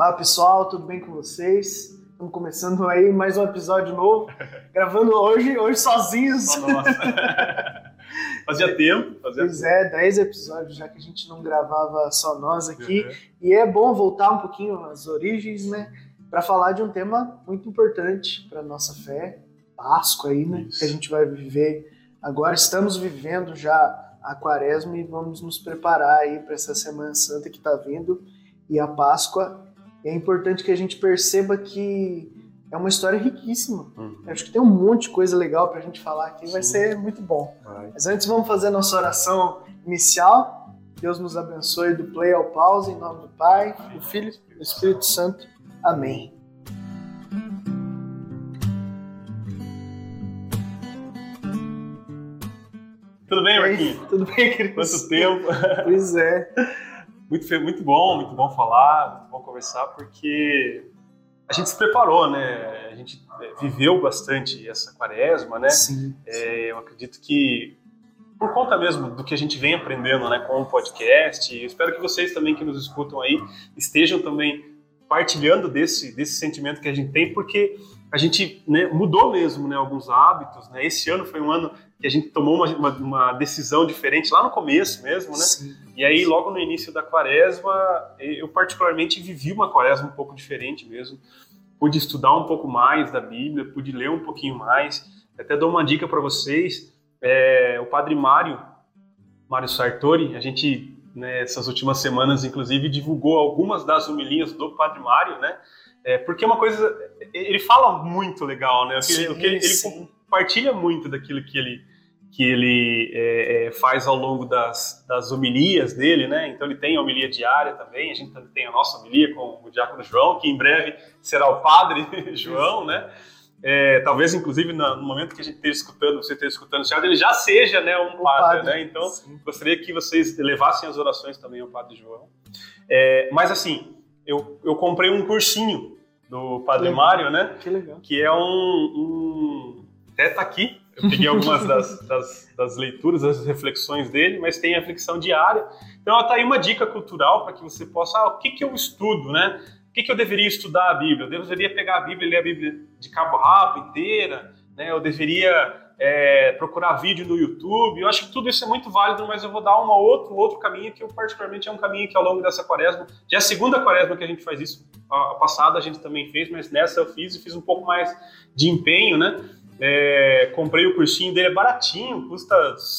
Olá pessoal, tudo bem com vocês? Estamos começando aí mais um episódio novo, gravando hoje sozinhos. Só nós. Fazia tempo. Pois é, 10 episódios já que a gente não gravava só nós aqui. E é bom voltar um pouquinho às origens, né? Para falar de um tema muito importante para a nossa fé, Páscoa aí, né? Isso. Que a gente vai viver agora. Estamos vivendo já a Quaresma e vamos nos preparar aí para essa Semana Santa que está vindo. E a Páscoa, é importante que a gente perceba que é uma história riquíssima. Eu acho que tem um monte de coisa legal pra gente falar aqui, vai ser muito bom. Mas antes vamos fazer a nossa oração inicial. Deus nos abençoe do play ao pause, em nome do Pai, do Filho e do Espírito Santo. Amém. Tudo bem, Marquinhos? Tudo bem, querido? Quanto tempo? Pois é. Muito bom falar, muito bom conversar, porque a gente se preparou, né? A gente viveu bastante essa Quaresma, né? Sim. Eu acredito que, por conta mesmo do que a gente vem aprendendo, né, com o podcast, eu espero que vocês também que nos escutam aí estejam também partilhando desse sentimento que a gente tem, porque a gente, né, mudou mesmo, né, alguns hábitos, né? Esse ano foi um ano que a gente tomou uma decisão diferente lá no começo mesmo, né? Sim. E aí, logo no início da Quaresma, eu particularmente vivi uma Quaresma um pouco diferente mesmo. Pude estudar um pouco mais da Bíblia, pude ler um pouquinho mais. Até dou uma dica para vocês. O padre Mário Sartori, a gente, né, essas últimas semanas, inclusive, divulgou algumas das homilinhas do padre Mário, né? Porque é uma coisa... Ele fala muito legal, né? Ele compartilha muito daquilo que ele faz ao longo das homilias dele, né? Então ele tem a homilia diária também, a gente também tem a nossa homilia com o diácono João, que em breve será o padre João, né? Talvez, inclusive, no momento que a gente esteja escutando, você esteja escutando o Thiago, ele já seja, né, um padre, né? Então, sim, gostaria que vocês levassem as orações também ao padre João. Mas, assim, eu comprei um cursinho do padre Mário, né? Que legal. Que é até tá aqui. Eu peguei algumas das leituras, das reflexões dele, mas tem a reflexão diária. Então, tá aí uma dica cultural para que você possa... o que eu estudo, né? O que eu deveria estudar a Bíblia? Eu deveria pegar a Bíblia e ler a Bíblia de cabo a rabo inteira, né? Eu deveria procurar vídeo no YouTube. Eu acho que tudo isso é muito válido, mas eu vou dar um outro caminho que eu, particularmente, é um caminho que ao longo dessa Quaresma... Já é a segunda Quaresma que a gente faz isso. A passada a gente também fez, mas nessa eu fiz um pouco mais de empenho, né? Comprei o cursinho dele, é baratinho, custa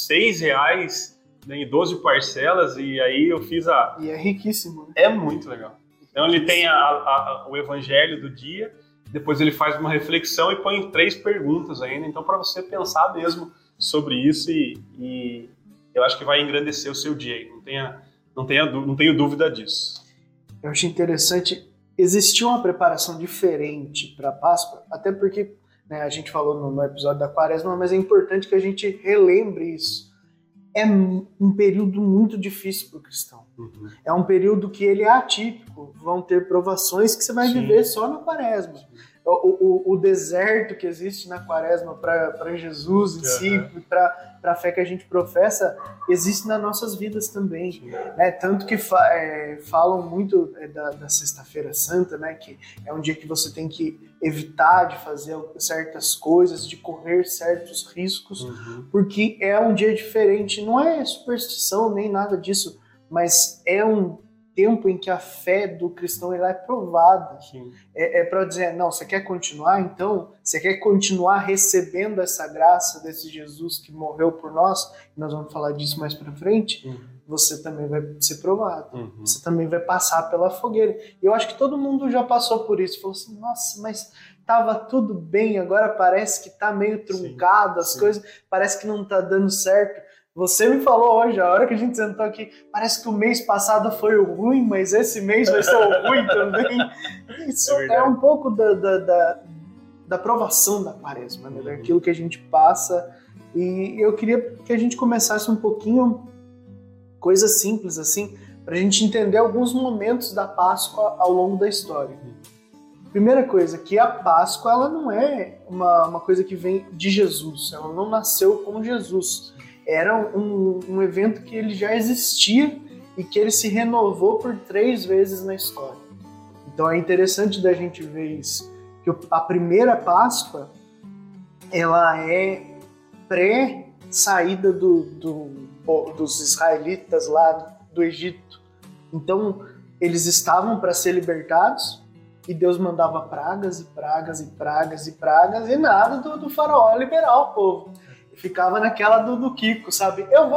R$6, né, em 12 parcelas, e aí eu fiz E é riquíssimo, né? É muito legal. Então ele tem o evangelho do dia, depois ele faz uma reflexão e põe 3 perguntas ainda, então para você pensar mesmo sobre isso, e eu acho que vai engrandecer o seu dia, não tenho dúvida disso. Eu acho interessante, existia uma preparação diferente para a Páscoa, até porque, né, a gente falou no episódio da Quaresma, mas é importante que a gente relembre isso. É um período muito difícil para o cristão. Uhum. É um período que ele é atípico. Vão ter provações que você vai viver só na Quaresma. O deserto que existe na Quaresma para Jesus em si, para a fé que a gente professa, existe nas nossas vidas também. Né? Tanto que falam muito da Sexta-feira Santa, né? Que é um dia que você tem que evitar de fazer certas coisas, de correr certos riscos, porque é um dia diferente. Não é superstição nem nada disso, mas é um tempo em que a fé do cristão ela é provada. Para dizer, não, você quer continuar? Então, você quer continuar recebendo essa graça desse Jesus que morreu por nós, e nós vamos falar disso mais para frente, você também vai ser provado. Você também vai passar pela fogueira. E eu acho que todo mundo já passou por isso. Falou assim, nossa, mas estava tudo bem, agora parece que está meio truncado, as coisas, parece que não está dando certo. Você me falou hoje, a hora que a gente sentou aqui, parece que o mês passado foi o ruim, mas esse mês vai ser o ruim também. Isso é um pouco da provação da Quaresma, né? Daquilo que a gente passa. E eu queria que a gente começasse um pouquinho, coisas simples assim, para a gente entender alguns momentos da Páscoa ao longo da história. Primeira coisa, que a Páscoa ela não é uma coisa que vem de Jesus, ela não nasceu com Jesus. Era um evento que ele já existia e que ele se renovou por 3 vezes na história. Então é interessante da gente ver isso, que a primeira Páscoa, ela é pré-saída dos israelitas lá do Egito. Então, eles estavam para ser libertados e Deus mandava pragas e pragas e pragas e pragas e nada do faraó liberar o povo. E ficava naquela do Kiko, sabe? Eu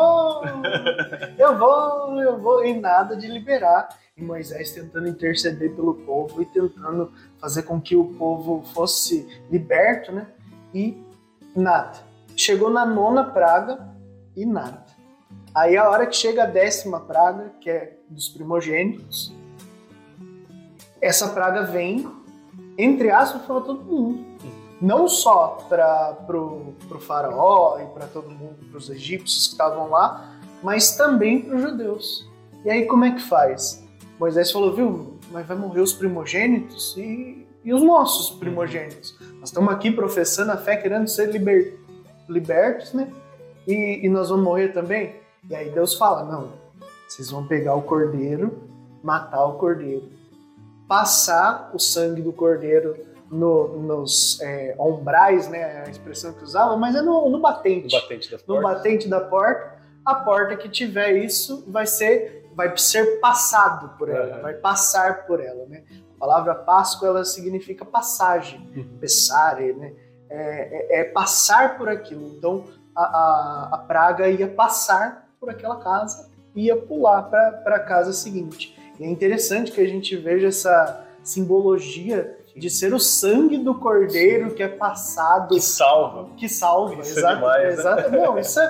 vou, e nada de liberar. E Moisés tentando interceder pelo povo e tentando fazer com que o povo fosse liberto, né? E nada. Chegou na 9ª praga e nada. Aí a hora que chega a 10ª praga, que é dos primogênitos, essa praga vem, entre aspas, para todo mundo. Não só pro faraó e para todo mundo, para os egípcios que estavam lá, mas também para os judeus. E aí como é que faz? Moisés falou, viu, mas vai morrer os primogênitos e os nossos primogênitos. Nós estamos aqui professando a fé, querendo ser libertos, né? E nós vamos morrer também? E aí Deus fala, não, vocês vão pegar o cordeiro, matar o cordeiro, passar o sangue do cordeiro nos ombrais, né, a expressão que usava, mas é no batente. No batente da porta. A porta que tiver isso vai ser passado por ela, vai passar por ela, né? A palavra Páscoa, ela significa passagem, passare, né? É passar por aquilo. Então, a praga ia passar por aquela casa e ia pular para a casa seguinte. E é interessante que a gente veja essa simbologia de ser o sangue do cordeiro que é passado. Que salva. Isso exato. Não, isso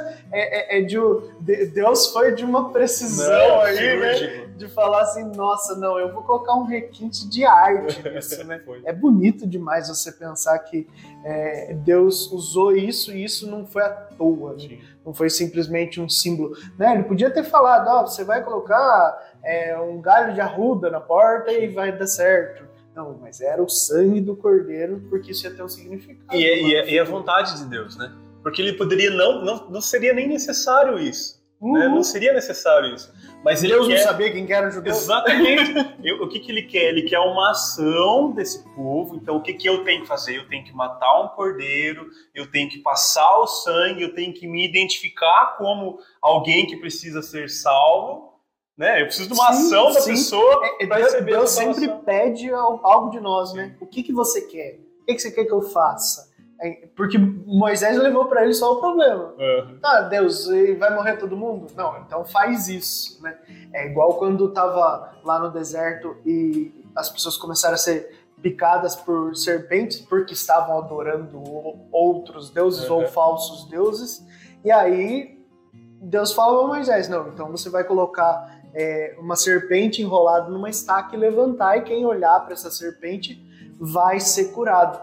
Deus foi de uma precisão aí, né? De falar assim, nossa, não, eu vou colocar um requinte de arte nisso, né? É bonito demais você pensar que Deus usou isso e isso não foi à toa, né? Não foi simplesmente um símbolo. Né? Ele podia ter falado, você vai colocar um galho de arruda na porta e vai dar certo. Não, mas era o sangue do cordeiro, porque isso ia ter um significado. E a vontade de Deus, né? Porque ele poderia não seria nem necessário isso. Né? Não seria necessário isso. Mas Deus não sabia quem era judeu. Exatamente. O que ele quer? Ele quer uma ação desse povo. Então, o que eu tenho que fazer? Eu tenho que matar um cordeiro, eu tenho que passar o sangue, eu tenho que me identificar como alguém que precisa ser salvo. Né? Eu preciso de uma ação da pessoa para receber Deus sempre pede algo de nós, né? O que você quer? O que você quer que eu faça? Porque Moisés levou para ele só o problema. Tá, Deus, vai morrer todo mundo? Não, então faz isso, né? É igual quando estava lá no deserto e as pessoas começaram a ser picadas por serpentes porque estavam adorando outros deuses ou falsos deuses. E aí Deus fala para Moisés, não, então você vai colocar uma serpente enrolada numa estaca e levantar, e quem olhar para essa serpente vai ser curado.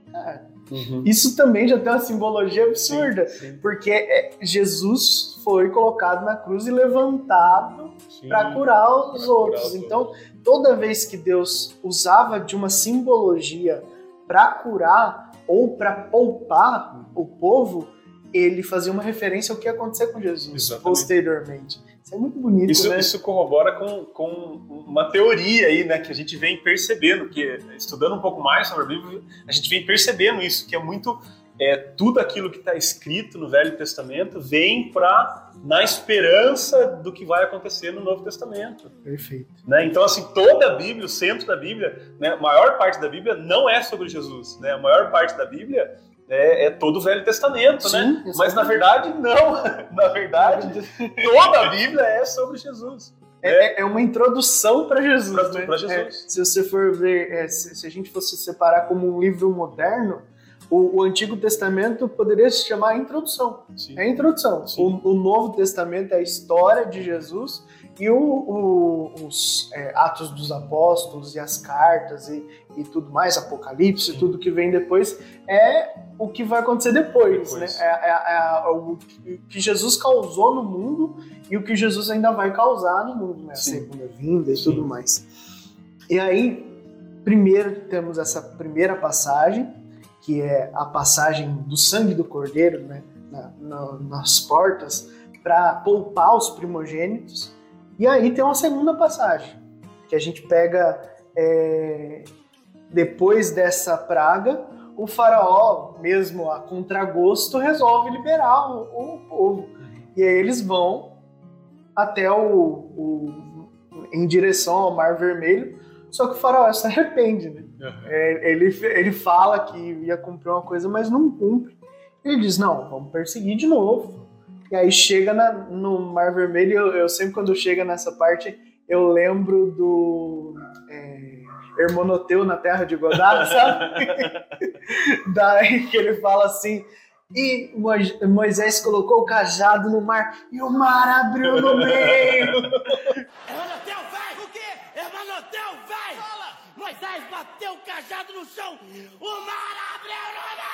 Isso também já tem uma simbologia absurda, porque Jesus foi colocado na cruz e levantado para curar os outros. Então, toda vez que Deus usava de uma simbologia para curar ou para poupar o povo, ele fazia uma referência ao que ia acontecer com Jesus posteriormente. Isso é muito bonito, né? Isso corrobora com uma teoria aí, né, que a gente vem percebendo, que estudando um pouco mais sobre a Bíblia, a gente vem percebendo isso, que é muito tudo aquilo que está escrito no Velho Testamento vem na esperança do que vai acontecer no Novo Testamento. Perfeito. Né? Então, assim, toda a Bíblia, o centro da Bíblia, né, a maior parte da Bíblia não é sobre Jesus, né? A maior parte da Bíblia é todo o Velho Testamento, né? Exatamente. Mas na verdade, não. Na verdade, toda a Bíblia é sobre Jesus. É uma introdução para Jesus, né? Para Jesus. Se você for ver, se a gente fosse separar como um livro moderno, o Antigo Testamento poderia se chamar Introdução. Sim. É a introdução. O Novo Testamento é a história de Jesus e os Atos dos Apóstolos e as cartas e tudo mais, Apocalipse, tudo que vem depois, é o que vai acontecer depois. Né? O que Jesus causou no mundo e o que Jesus ainda vai causar no mundo, né? A segunda vinda e tudo mais. E aí, primeiro temos essa primeira passagem, que é a passagem do sangue do cordeiro, né, nas portas, para poupar os primogênitos. E aí tem uma segunda passagem, que a gente pega depois dessa praga, o faraó, mesmo a contragosto, resolve liberar o povo. E aí eles vão até em direção ao Mar Vermelho, só que o faraó se arrepende, né? Ele fala que ia cumprir uma coisa, mas não cumpre. Ele diz, não, vamos perseguir de novo. E aí chega no Mar Vermelho, eu sempre quando chega nessa parte, eu lembro do Hermonoteu na Terra de Godard, sabe? Daí que ele fala assim, e Moisés colocou o cajado no mar e o mar abriu no meio. Hermonoteu, vai! O quê? Hermonoteu, vai! Fala! Moisés bateu o cajado no chão, o mar abriu no meio!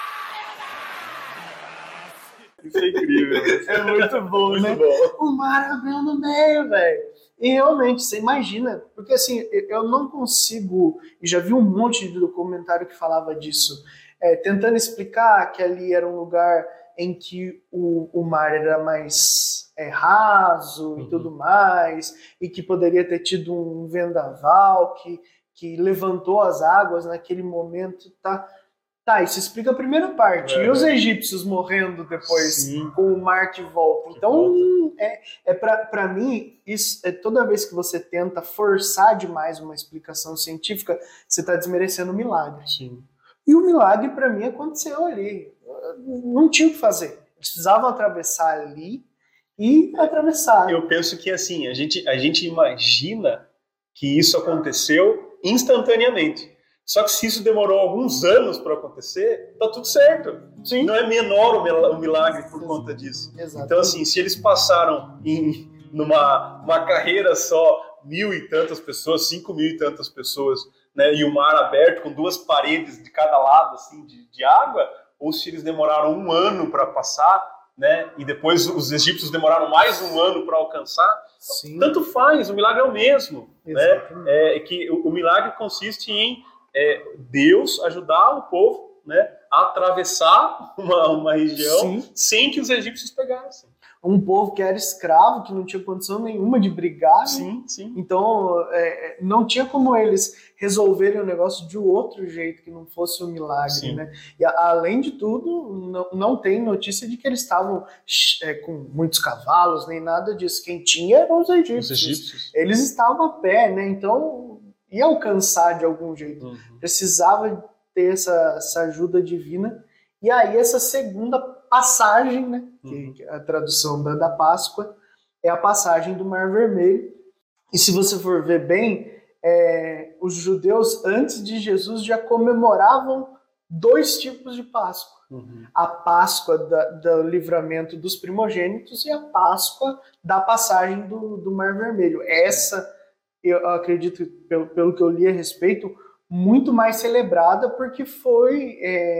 Isso é incrível. É muito bom, muito né? Bom. O mar abriu no meio, velho. E realmente, você imagina, porque assim, eu não consigo, e já vi um monte de documentário que falava disso, tentando explicar que ali era um lugar em que o mar era mais raso e tudo mais, e que poderia ter tido um vendaval que levantou as águas naquele momento, tá? Tá, isso explica a primeira parte. E os egípcios morrendo depois, sim, com o mar que volta. Então, para mim, isso, toda vez que você tenta forçar demais uma explicação científica, você está desmerecendo o milagre. Sim. E o milagre, para mim, aconteceu ali. Não tinha o que fazer. Eles precisavam atravessar ali e atravessar. Eu penso que, assim, a gente imagina que isso aconteceu instantaneamente. Só que se isso demorou alguns anos para acontecer, tá tudo certo. Sim. Não é menor o milagre por conta disso. Exatamente. Então, assim, se eles passaram numa carreira só 1.000 e tantas pessoas, 5.000 e tantas pessoas, né, e o mar aberto com 2 paredes de cada lado assim, de água, ou se eles demoraram 1 ano para passar, né, e depois os egípcios demoraram mais 1 ano para alcançar, sim, tanto faz, o milagre é o mesmo. Né? Que o milagre consiste em Deus ajudar o povo, né, a atravessar uma região, sim, sem que os egípcios pegassem. Um povo que era escravo, que não tinha condição nenhuma de brigar. Sim, né? Sim. Então, não tinha como eles resolverem o negócio de outro jeito que não fosse um milagre. Sim. Né? E, além de tudo, não tem notícia de que eles estavam com muitos cavalos, nem nada disso. Quem tinha eram os egípcios. Eles estavam a pé, né? Então ia alcançar de algum jeito. Uhum. Precisava ter essa ajuda divina. E aí essa segunda passagem, né, que a tradução da Páscoa, é a passagem do Mar Vermelho. E se você for ver bem, os judeus antes de Jesus já comemoravam 2 tipos de Páscoa. Uhum. A Páscoa do livramento dos primogênitos e a Páscoa da passagem do Mar Vermelho. Essa, eu acredito, pelo que eu li a respeito, muito mais celebrada porque foi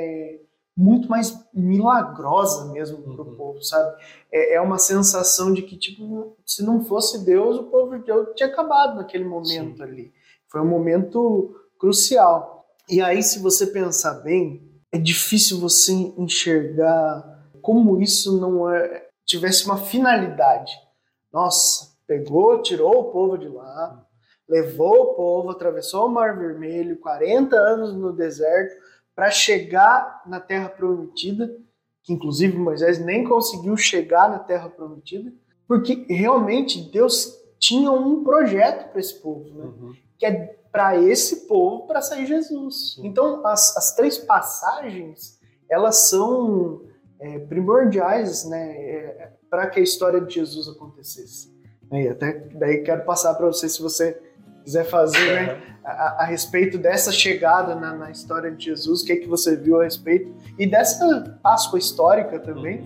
muito mais milagrosa mesmo para o povo, sabe? É uma sensação de que, tipo, se não fosse Deus, o povo de Deus tinha acabado naquele momento. Sim. Ali. Foi um momento crucial. E aí, se você pensar bem, é difícil você enxergar como isso não tivesse uma finalidade. Nossa, pegou, tirou o povo de lá, levou o povo, atravessou o Mar Vermelho, 40 anos no deserto, para chegar na Terra Prometida, que inclusive Moisés nem conseguiu chegar na Terra Prometida, porque realmente Deus tinha um projeto para esse povo, né? Uhum. Que é para esse povo, para sair Jesus. Sim. Então, as 3 passagens, elas são primordiais, né, para que a história de Jesus acontecesse. E até daí quero passar para você, se você quiser fazer, né, a respeito dessa chegada na história de Jesus, o que é que você viu a respeito, e dessa Páscoa histórica também.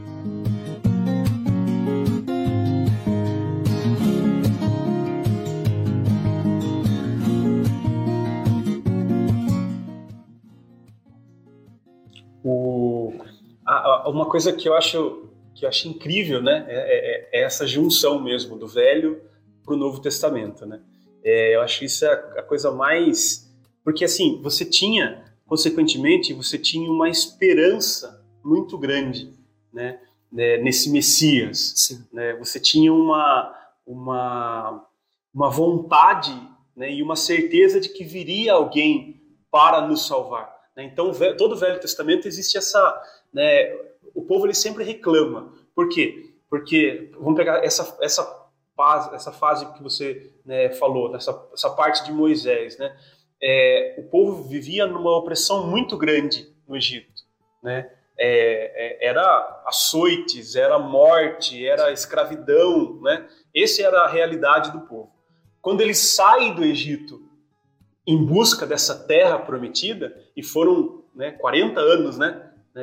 Uma coisa que eu acho incrível, né, é essa junção mesmo do Velho para o Novo Testamento, né? Eu acho que isso é a coisa mais... Porque, assim, consequentemente, você tinha uma esperança muito grande, né, nesse Messias. Sim. Né? Você tinha uma vontade né, e uma certeza de que viria alguém para nos salvar. Né? Então, todo o Velho Testamento existe essa... Né, o povo ele sempre reclama. Por quê? Porque, vamos pegar essa fase que você, né, falou, essa parte de Moisés. Né? O povo vivia numa opressão muito grande no Egito. Né? Era açoites, era morte, era escravidão. Né? Essa era a realidade do povo. Quando eles saem do Egito em busca dessa terra prometida, e foram, né, 40 anos, né,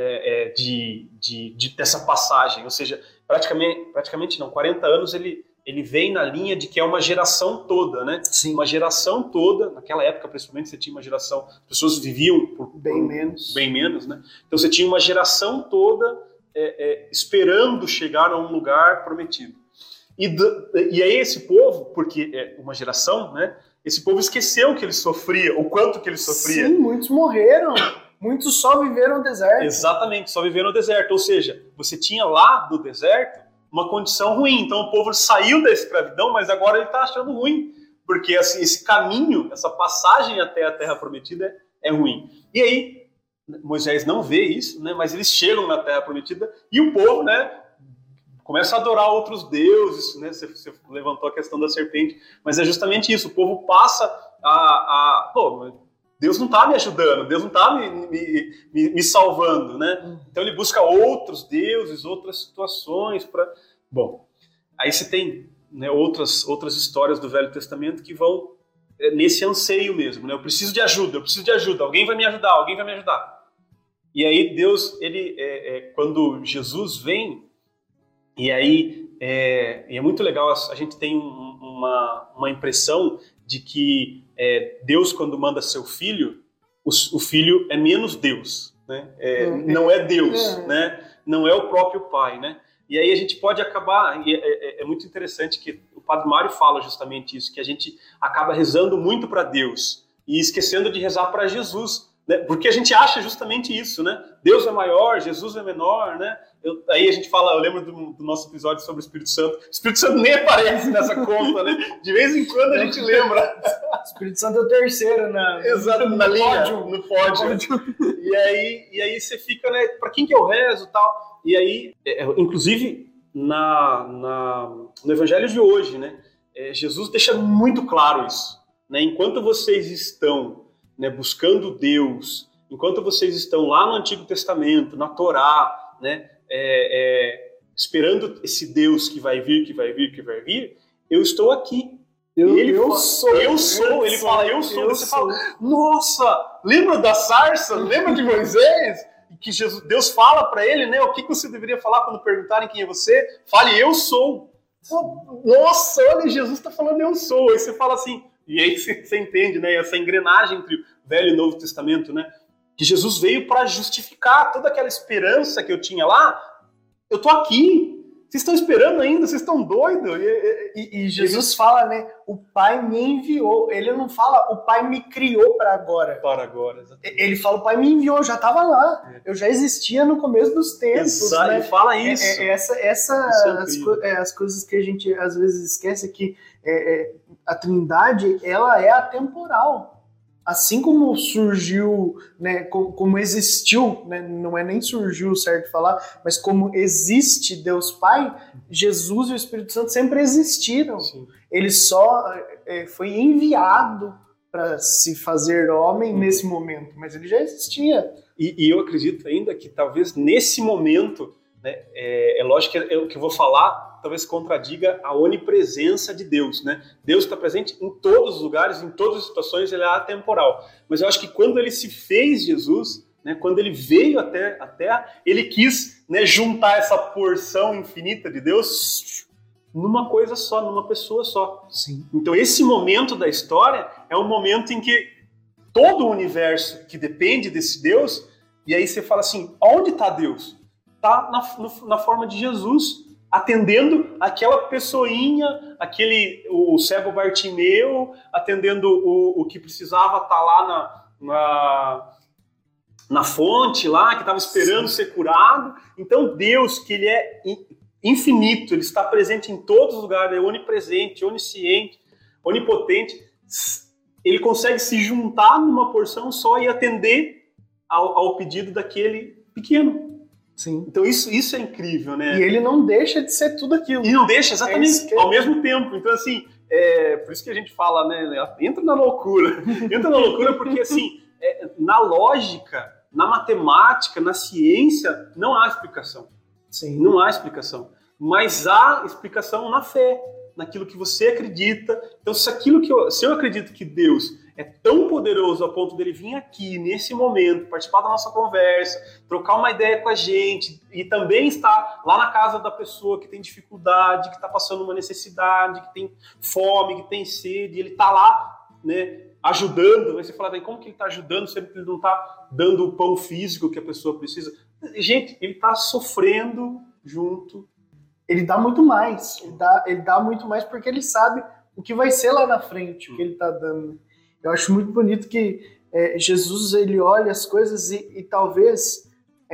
dessa passagem, ou seja, praticamente não, 40 anos ele vem na linha de que é uma geração toda, né? Sim. Uma geração toda, naquela época principalmente você tinha uma geração, as pessoas viviam bem menos, né? Então você tinha uma geração toda esperando chegar a um lugar prometido. E aí esse povo, porque é uma geração, né? Esse povo esqueceu que ele sofria, o quanto que ele sofria. Sim, muitos morreram. Muitos só viveram no deserto. Exatamente, só viveram no deserto. Ou seja, você tinha lá do deserto uma condição ruim. Então o povo saiu da escravidão, mas agora ele está achando ruim. Porque assim, esse caminho, essa passagem até a Terra Prometida é ruim. E aí, Moisés não vê isso, né, mas eles chegam na Terra Prometida e o povo, né, começa a adorar outros deuses. Né, você levantou a questão da serpente. Mas é justamente isso, o povo passa Pô, Deus não está me ajudando, Deus não está me salvando, né? Então ele busca outros deuses, outras situações para... Bom, aí você tem, né, outras histórias do Velho Testamento que vão nesse anseio mesmo, né? Eu preciso de ajuda, alguém vai me ajudar. E aí Deus, quando Jesus vem, e aí é muito legal, a gente tem uma impressão de que Deus, quando manda seu filho, o filho é menos Deus, né? Não é Deus, né? Não é o próprio Pai, né? E aí a gente pode acabar, e é muito interessante que o Padre Mário fala justamente isso, que a gente acaba rezando muito para Deus e esquecendo de rezar para Jesus, né? Porque a gente acha justamente isso, né? Deus é maior, Jesus é menor, né? Aí a gente fala, eu lembro do nosso episódio sobre o Espírito Santo. O Espírito Santo nem aparece nessa conta, né? De vez em quando a gente lembra. O Espírito Santo é o terceiro, né? Exato, no pódio. E aí você fica, né? Para quem que eu rezo e tal? E aí, inclusive, no Evangelho de hoje, né? Jesus deixa muito claro isso, né? Enquanto vocês estão, né, buscando Deus, enquanto vocês estão lá no Antigo Testamento, na Torá, né? Esperando esse Deus que vai vir, eu estou aqui. Eu sou. Ele fala, eu sou. Você fala, nossa, lembra da sarça? Lembra de Moisés? Que Deus fala para ele, né? O que você deveria falar quando perguntarem quem é você? Fale, eu sou. Nossa, olha, Jesus está falando, eu sou. Aí você fala assim, e aí você entende, né? Essa engrenagem entre o Velho e o Novo Testamento, né? Que Jesus veio para justificar toda aquela esperança que eu tinha lá. Eu tô aqui. Vocês estão esperando ainda? Vocês estão doidos? E Jesus fala, né? O Pai me enviou. Ele não fala, o Pai me criou para agora. Para agora, exatamente. Ele fala, o Pai me enviou, eu já estava lá. Eu já existia no começo dos tempos. Exato, né? Ele fala isso. As coisas que a gente às vezes esquece é que a Trindade, ela é atemporal. Assim como surgiu, né, como existiu, né, não é nem surgiu, certo falar, mas como existe Deus Pai, Jesus e o Espírito Santo sempre existiram. Sim. Ele só foi enviado para se fazer homem nesse momento, mas ele já existia. E eu acredito ainda que talvez nesse momento, né, é lógico que o que eu vou falar talvez contradiga a onipresença de Deus, né? Deus está presente em todos os lugares, em todas as situações, ele é atemporal. Mas eu acho que quando ele se fez Jesus, né, quando ele veio até a Terra, ele quis, né, juntar essa porção infinita de Deus numa coisa só, numa pessoa só. Sim. Então esse momento da história é um momento em que todo o universo que depende desse Deus, e aí você fala assim, onde está Deus? Está na forma de Jesus, atendendo aquela pessoinha, o cego Bartimeu, atendendo o que precisava estar lá na fonte, lá, que estava esperando ser curado. Então Deus, que ele é infinito, ele está presente em todos os lugares, é onipresente, onisciente, onipotente, ele consegue se juntar numa porção só e atender ao pedido daquele pequeno. Sim. Então isso é incrível, né? E ele não deixa de ser tudo aquilo. E não deixa, exatamente, É ao mesmo tempo. Então, assim, por isso que a gente fala, né? Entra na loucura. Entra na loucura porque, assim, na lógica, na matemática, na ciência, não há explicação. Sim. Não há explicação. Mas há explicação na fé, naquilo que você acredita. Então, se eu acredito que Deus é tão poderoso a ponto dele vir aqui, nesse momento, participar da nossa conversa, trocar uma ideia com a gente e também estar lá na casa da pessoa que tem dificuldade, que está passando uma necessidade, que tem fome, que tem sede, ele está lá, né, ajudando. Aí você fala, como que ele está ajudando, sendo que ele não está dando o pão físico que a pessoa precisa? Gente, ele está sofrendo junto. Ele dá muito mais. Ele dá muito mais porque ele sabe o que vai ser lá na frente, o que ele está dando. Eu acho muito bonito que Jesus, ele olha as coisas e talvez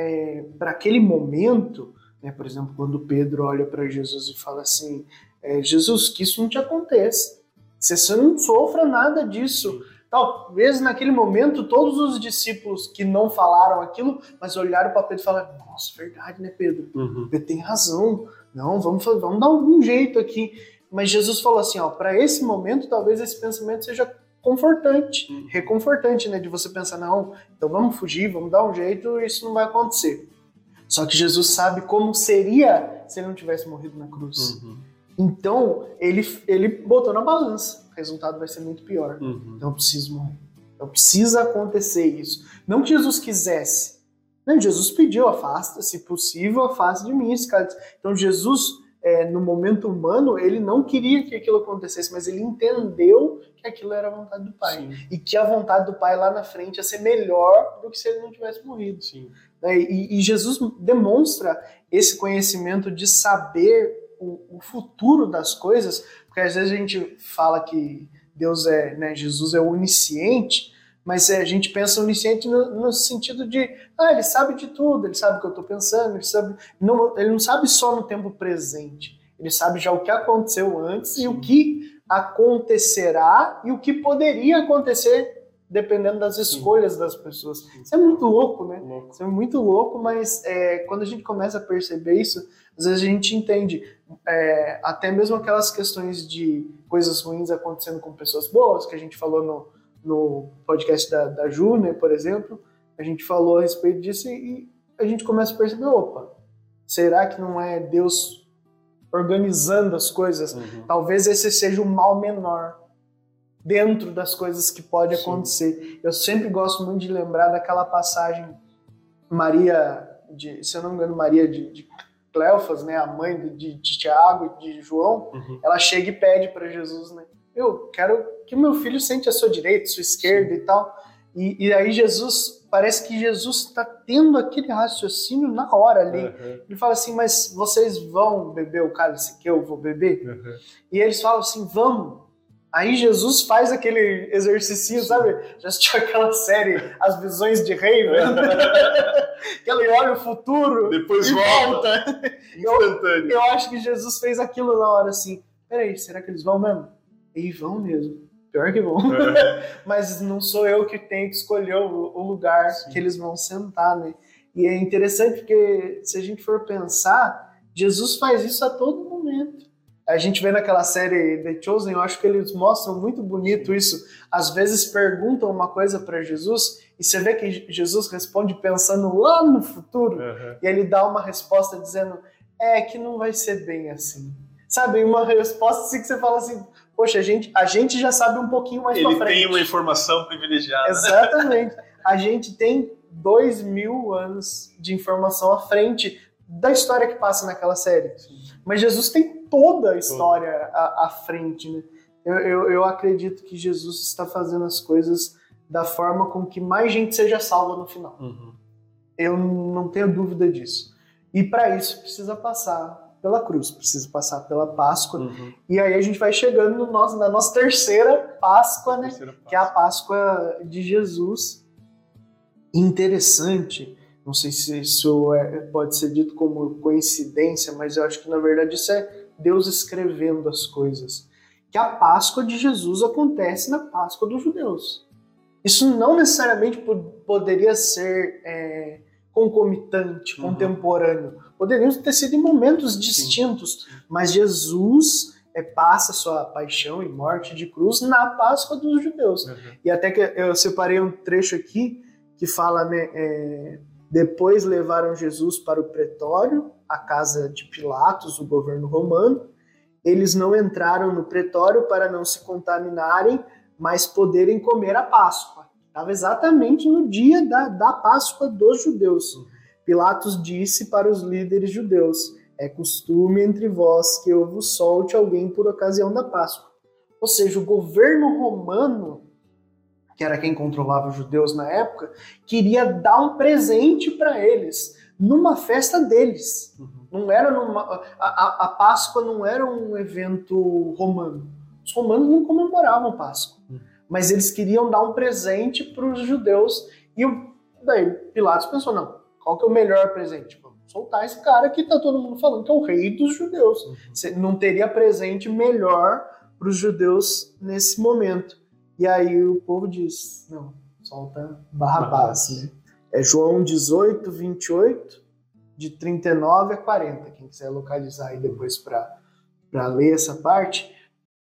para aquele momento, né, por exemplo, quando Pedro olha para Jesus e fala assim, Jesus, que isso não te aconteça, que você não sofra nada disso. Talvez naquele momento todos os discípulos que não falaram aquilo, mas olharam para Pedro e falaram, nossa, verdade, né, Pedro? Pedro tem razão. Não, vamos dar algum jeito aqui. Mas Jesus falou assim, para esse momento, talvez esse pensamento seja confortante, reconfortante, né? De você pensar, não, então vamos fugir, vamos dar um jeito, isso não vai acontecer. Só que Jesus sabe como seria se ele não tivesse morrido na cruz. Então, ele botou na balança. O resultado vai ser muito pior. Então eu preciso morrer. Então precisa acontecer isso. Não que Jesus quisesse. Não, Jesus pediu, afasta, se possível, afaste de mim esse cálice. Então Jesus, no momento humano, ele não queria que aquilo acontecesse, mas ele entendeu que aquilo era a vontade do Pai. Sim. E que a vontade do Pai lá na frente ia ser melhor do que se ele não tivesse morrido. Sim. E Jesus demonstra esse conhecimento de saber o futuro das coisas, porque às vezes a gente fala que Deus Jesus é onisciente, mas a gente pensa onisciente no sentido de, ele sabe de tudo, ele sabe o que eu estou pensando, ele não sabe só no tempo presente, ele sabe já o que aconteceu antes. Sim. E o que acontecerá e o que poderia acontecer dependendo das escolhas das pessoas. Isso é muito louco, né? Isso é muito louco, mas quando a gente começa a perceber isso, às vezes a gente entende até mesmo aquelas questões de coisas ruins acontecendo com pessoas boas, que a gente falou no podcast da Ju, né, por exemplo, a gente falou a respeito disso e a gente começa a perceber, será que não é Deus organizando as coisas? Talvez esse seja o mal menor dentro das coisas que pode acontecer. Eu sempre gosto muito de lembrar daquela passagem se eu não me engano, Maria de Cleofas, né, a mãe de Tiago e de João, ela chega e pede para Jesus, né, eu quero que meu filho sente a sua direita, a sua esquerda. Sim. E tal. E aí parece que Jesus está tendo aquele raciocínio na hora ali. Ele fala assim, mas vocês vão beber o cálice que eu vou beber? E eles falam assim, vamos. Aí Jesus faz aquele exercício, sabe? Já assistiu aquela série, As Visões de Rei, né? Que ele olha o futuro depois e volta. Instantâneo. Eu acho que Jesus fez aquilo na hora assim, peraí, será que eles vão mesmo? E vão mesmo. Pior que vão. Mas não sou eu que tenho que escolher o lugar. Sim. Que eles vão sentar, né? E é interessante porque se a gente for pensar, Jesus faz isso a todo momento. A gente vê naquela série The Chosen, eu acho que eles mostram muito bonito isso. Às vezes perguntam uma coisa para Jesus e você vê que Jesus responde pensando lá no futuro. E ele dá uma resposta dizendo, que não vai ser bem assim. Sabe, uma resposta assim que você fala assim, poxa, a gente já sabe um pouquinho mais pra frente. Ele tem uma informação privilegiada. Exatamente. A gente tem 2000 anos de informação à frente da história que passa naquela série. Sim. Mas Jesus tem toda a história à frente, né? Eu acredito que Jesus está fazendo as coisas da forma com que mais gente seja salva no final. Eu não tenho dúvida disso. E para isso precisa passar pela cruz, precisa passar pela Páscoa. E aí a gente vai chegando na nossa terceira Páscoa, né? Que é a Páscoa de Jesus. Interessante, não sei se isso pode ser dito como coincidência, mas eu acho que na verdade isso é Deus escrevendo as coisas. que a Páscoa de Jesus acontece na Páscoa dos judeus. Isso não necessariamente poderia ser concomitante, contemporâneo. Poderiam ter sido em momentos distintos, mas Jesus passa sua paixão e morte de cruz na Páscoa dos judeus. E até que eu separei um trecho aqui que fala, né, depois levaram Jesus para o pretório, a casa de Pilatos, o governo romano. Eles não entraram no pretório para não se contaminarem, mas poderem comer a Páscoa. Estava exatamente no dia da Páscoa dos judeus. Pilatos disse para os líderes judeus: é costume entre vós que eu vos solte alguém por ocasião da Páscoa. Ou seja, o governo romano, que era quem controlava os judeus na época, queria dar um presente para eles numa festa deles. Não era a Páscoa não era um evento romano. Os romanos não comemoravam Páscoa, mas eles queriam dar um presente para os judeus. E daí Pilatos pensou, não, qual que é o melhor presente? Vamos soltar esse cara que está todo mundo falando que é o rei dos judeus. Não teria presente melhor para os judeus nesse momento. E aí o povo diz, não, solta Barrabás. Né? É João 18, 28, de 39 a 40. Quem quiser localizar aí depois para ler essa parte.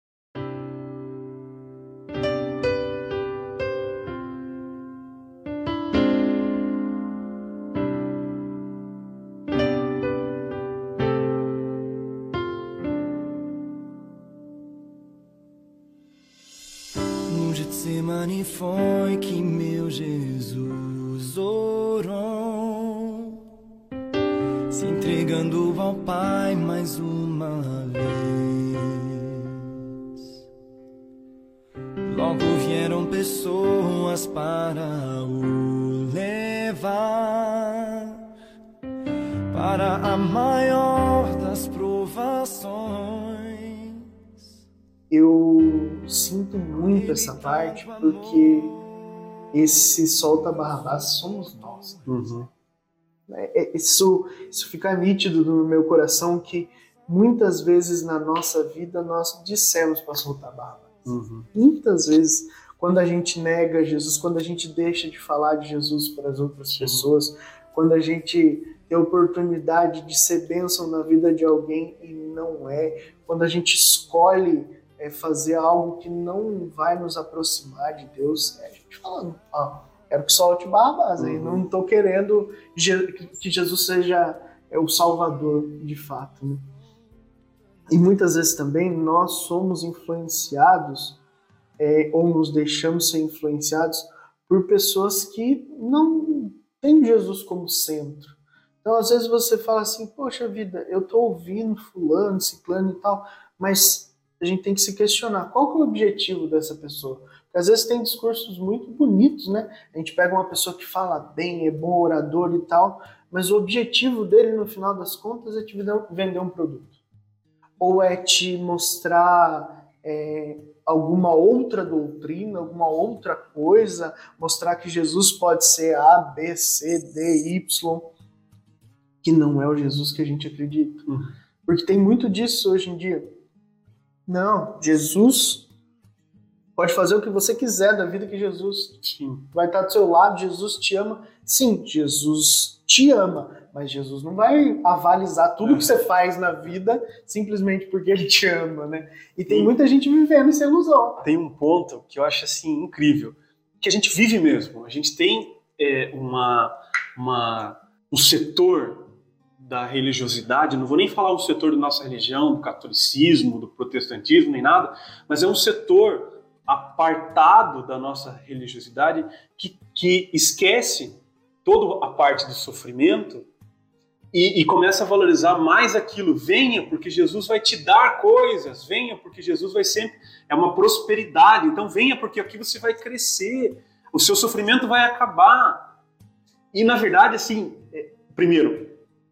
No Getsemane foi que meu Jesus orou, se entregando ao Pai mais uma vez. Logo vieram pessoas para o levar para a maior das provações. Eu sinto muito essa parte porque esse solta Barrabás somos nós. Isso fica nítido no meu coração que muitas vezes na nossa vida nós dissemos para soltar Barrabás. Muitas vezes, quando a gente nega Jesus, quando a gente deixa de falar de Jesus para as outras pessoas, quando a gente tem a oportunidade de ser bênção na vida de alguém e não é, quando a gente escolhe fazer algo que não vai nos aproximar de Deus, a gente falando, quero que solte Barrabás, não estou querendo que Jesus seja o Salvador de fato. Né? E muitas vezes também nós somos influenciados ou nos deixamos ser influenciados por pessoas que não têm Jesus como centro. Então às vezes você fala assim, poxa vida, eu estou ouvindo fulano, ciclano e tal, mas a gente tem que se questionar qual que é o objetivo dessa pessoa. Porque às vezes tem discursos muito bonitos, né? A gente pega uma pessoa que fala bem, é bom orador e tal, mas o objetivo dele, no final das contas, é te vender um produto. Ou é te mostrar alguma outra doutrina, alguma outra coisa, mostrar que Jesus pode ser A, B, C, D, Y, que não é o Jesus que a gente acredita. Porque tem muito disso hoje em dia. Não, Jesus pode fazer o que você quiser da vida que Jesus vai estar do seu lado, Jesus te ama. Sim, Jesus te ama, mas Jesus não vai avalizar tudo que você faz na vida simplesmente porque ele te ama, né? E tem muita gente vivendo essa ilusão. Tem um ponto que eu acho assim incrível, que a gente vive mesmo. A gente tem um setor da religiosidade, não vou nem falar um setor da nossa religião, do catolicismo, do protestantismo, nem nada, mas é um setor apartado da nossa religiosidade que esquece toda a parte do sofrimento e começa a valorizar mais aquilo. Venha porque Jesus vai te dar coisas, venha porque Jesus vai sempre... É uma prosperidade, então venha porque aqui você vai crescer, o seu sofrimento vai acabar. E na verdade, assim, primeiro,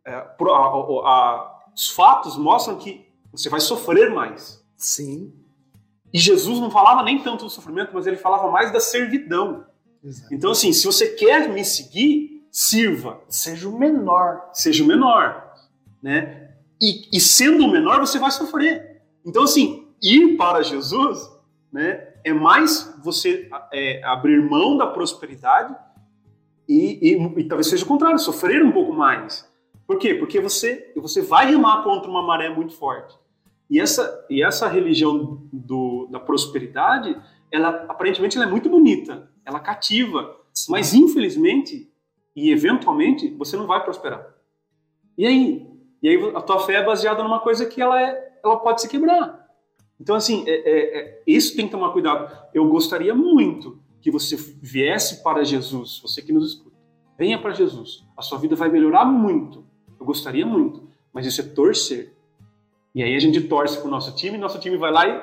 os fatos mostram que você vai sofrer mais. Sim. E Jesus não falava nem tanto do sofrimento, mas ele falava mais da servidão. Exato. Então, assim, se você quer me seguir, sirva. Seja o menor. Seja o menor. Né? E sendo o menor, você vai sofrer. Então, assim, ir para Jesus, né, é mais você abrir mão da prosperidade e talvez seja o contrário, sofrer um pouco mais. Por quê? Porque você vai remar contra uma maré muito forte. E essa religião da prosperidade, aparentemente ela é muito bonita, ela cativa, mas infelizmente e eventualmente você não vai prosperar. E aí a tua fé é baseada numa coisa que ela pode se quebrar. Então assim, isso tem que tomar cuidado. Eu gostaria muito que você viesse para Jesus, você que nos escuta, venha para Jesus, a sua vida vai melhorar muito. Eu gostaria muito, mas isso é torcer. E aí a gente torce pro nosso time vai lá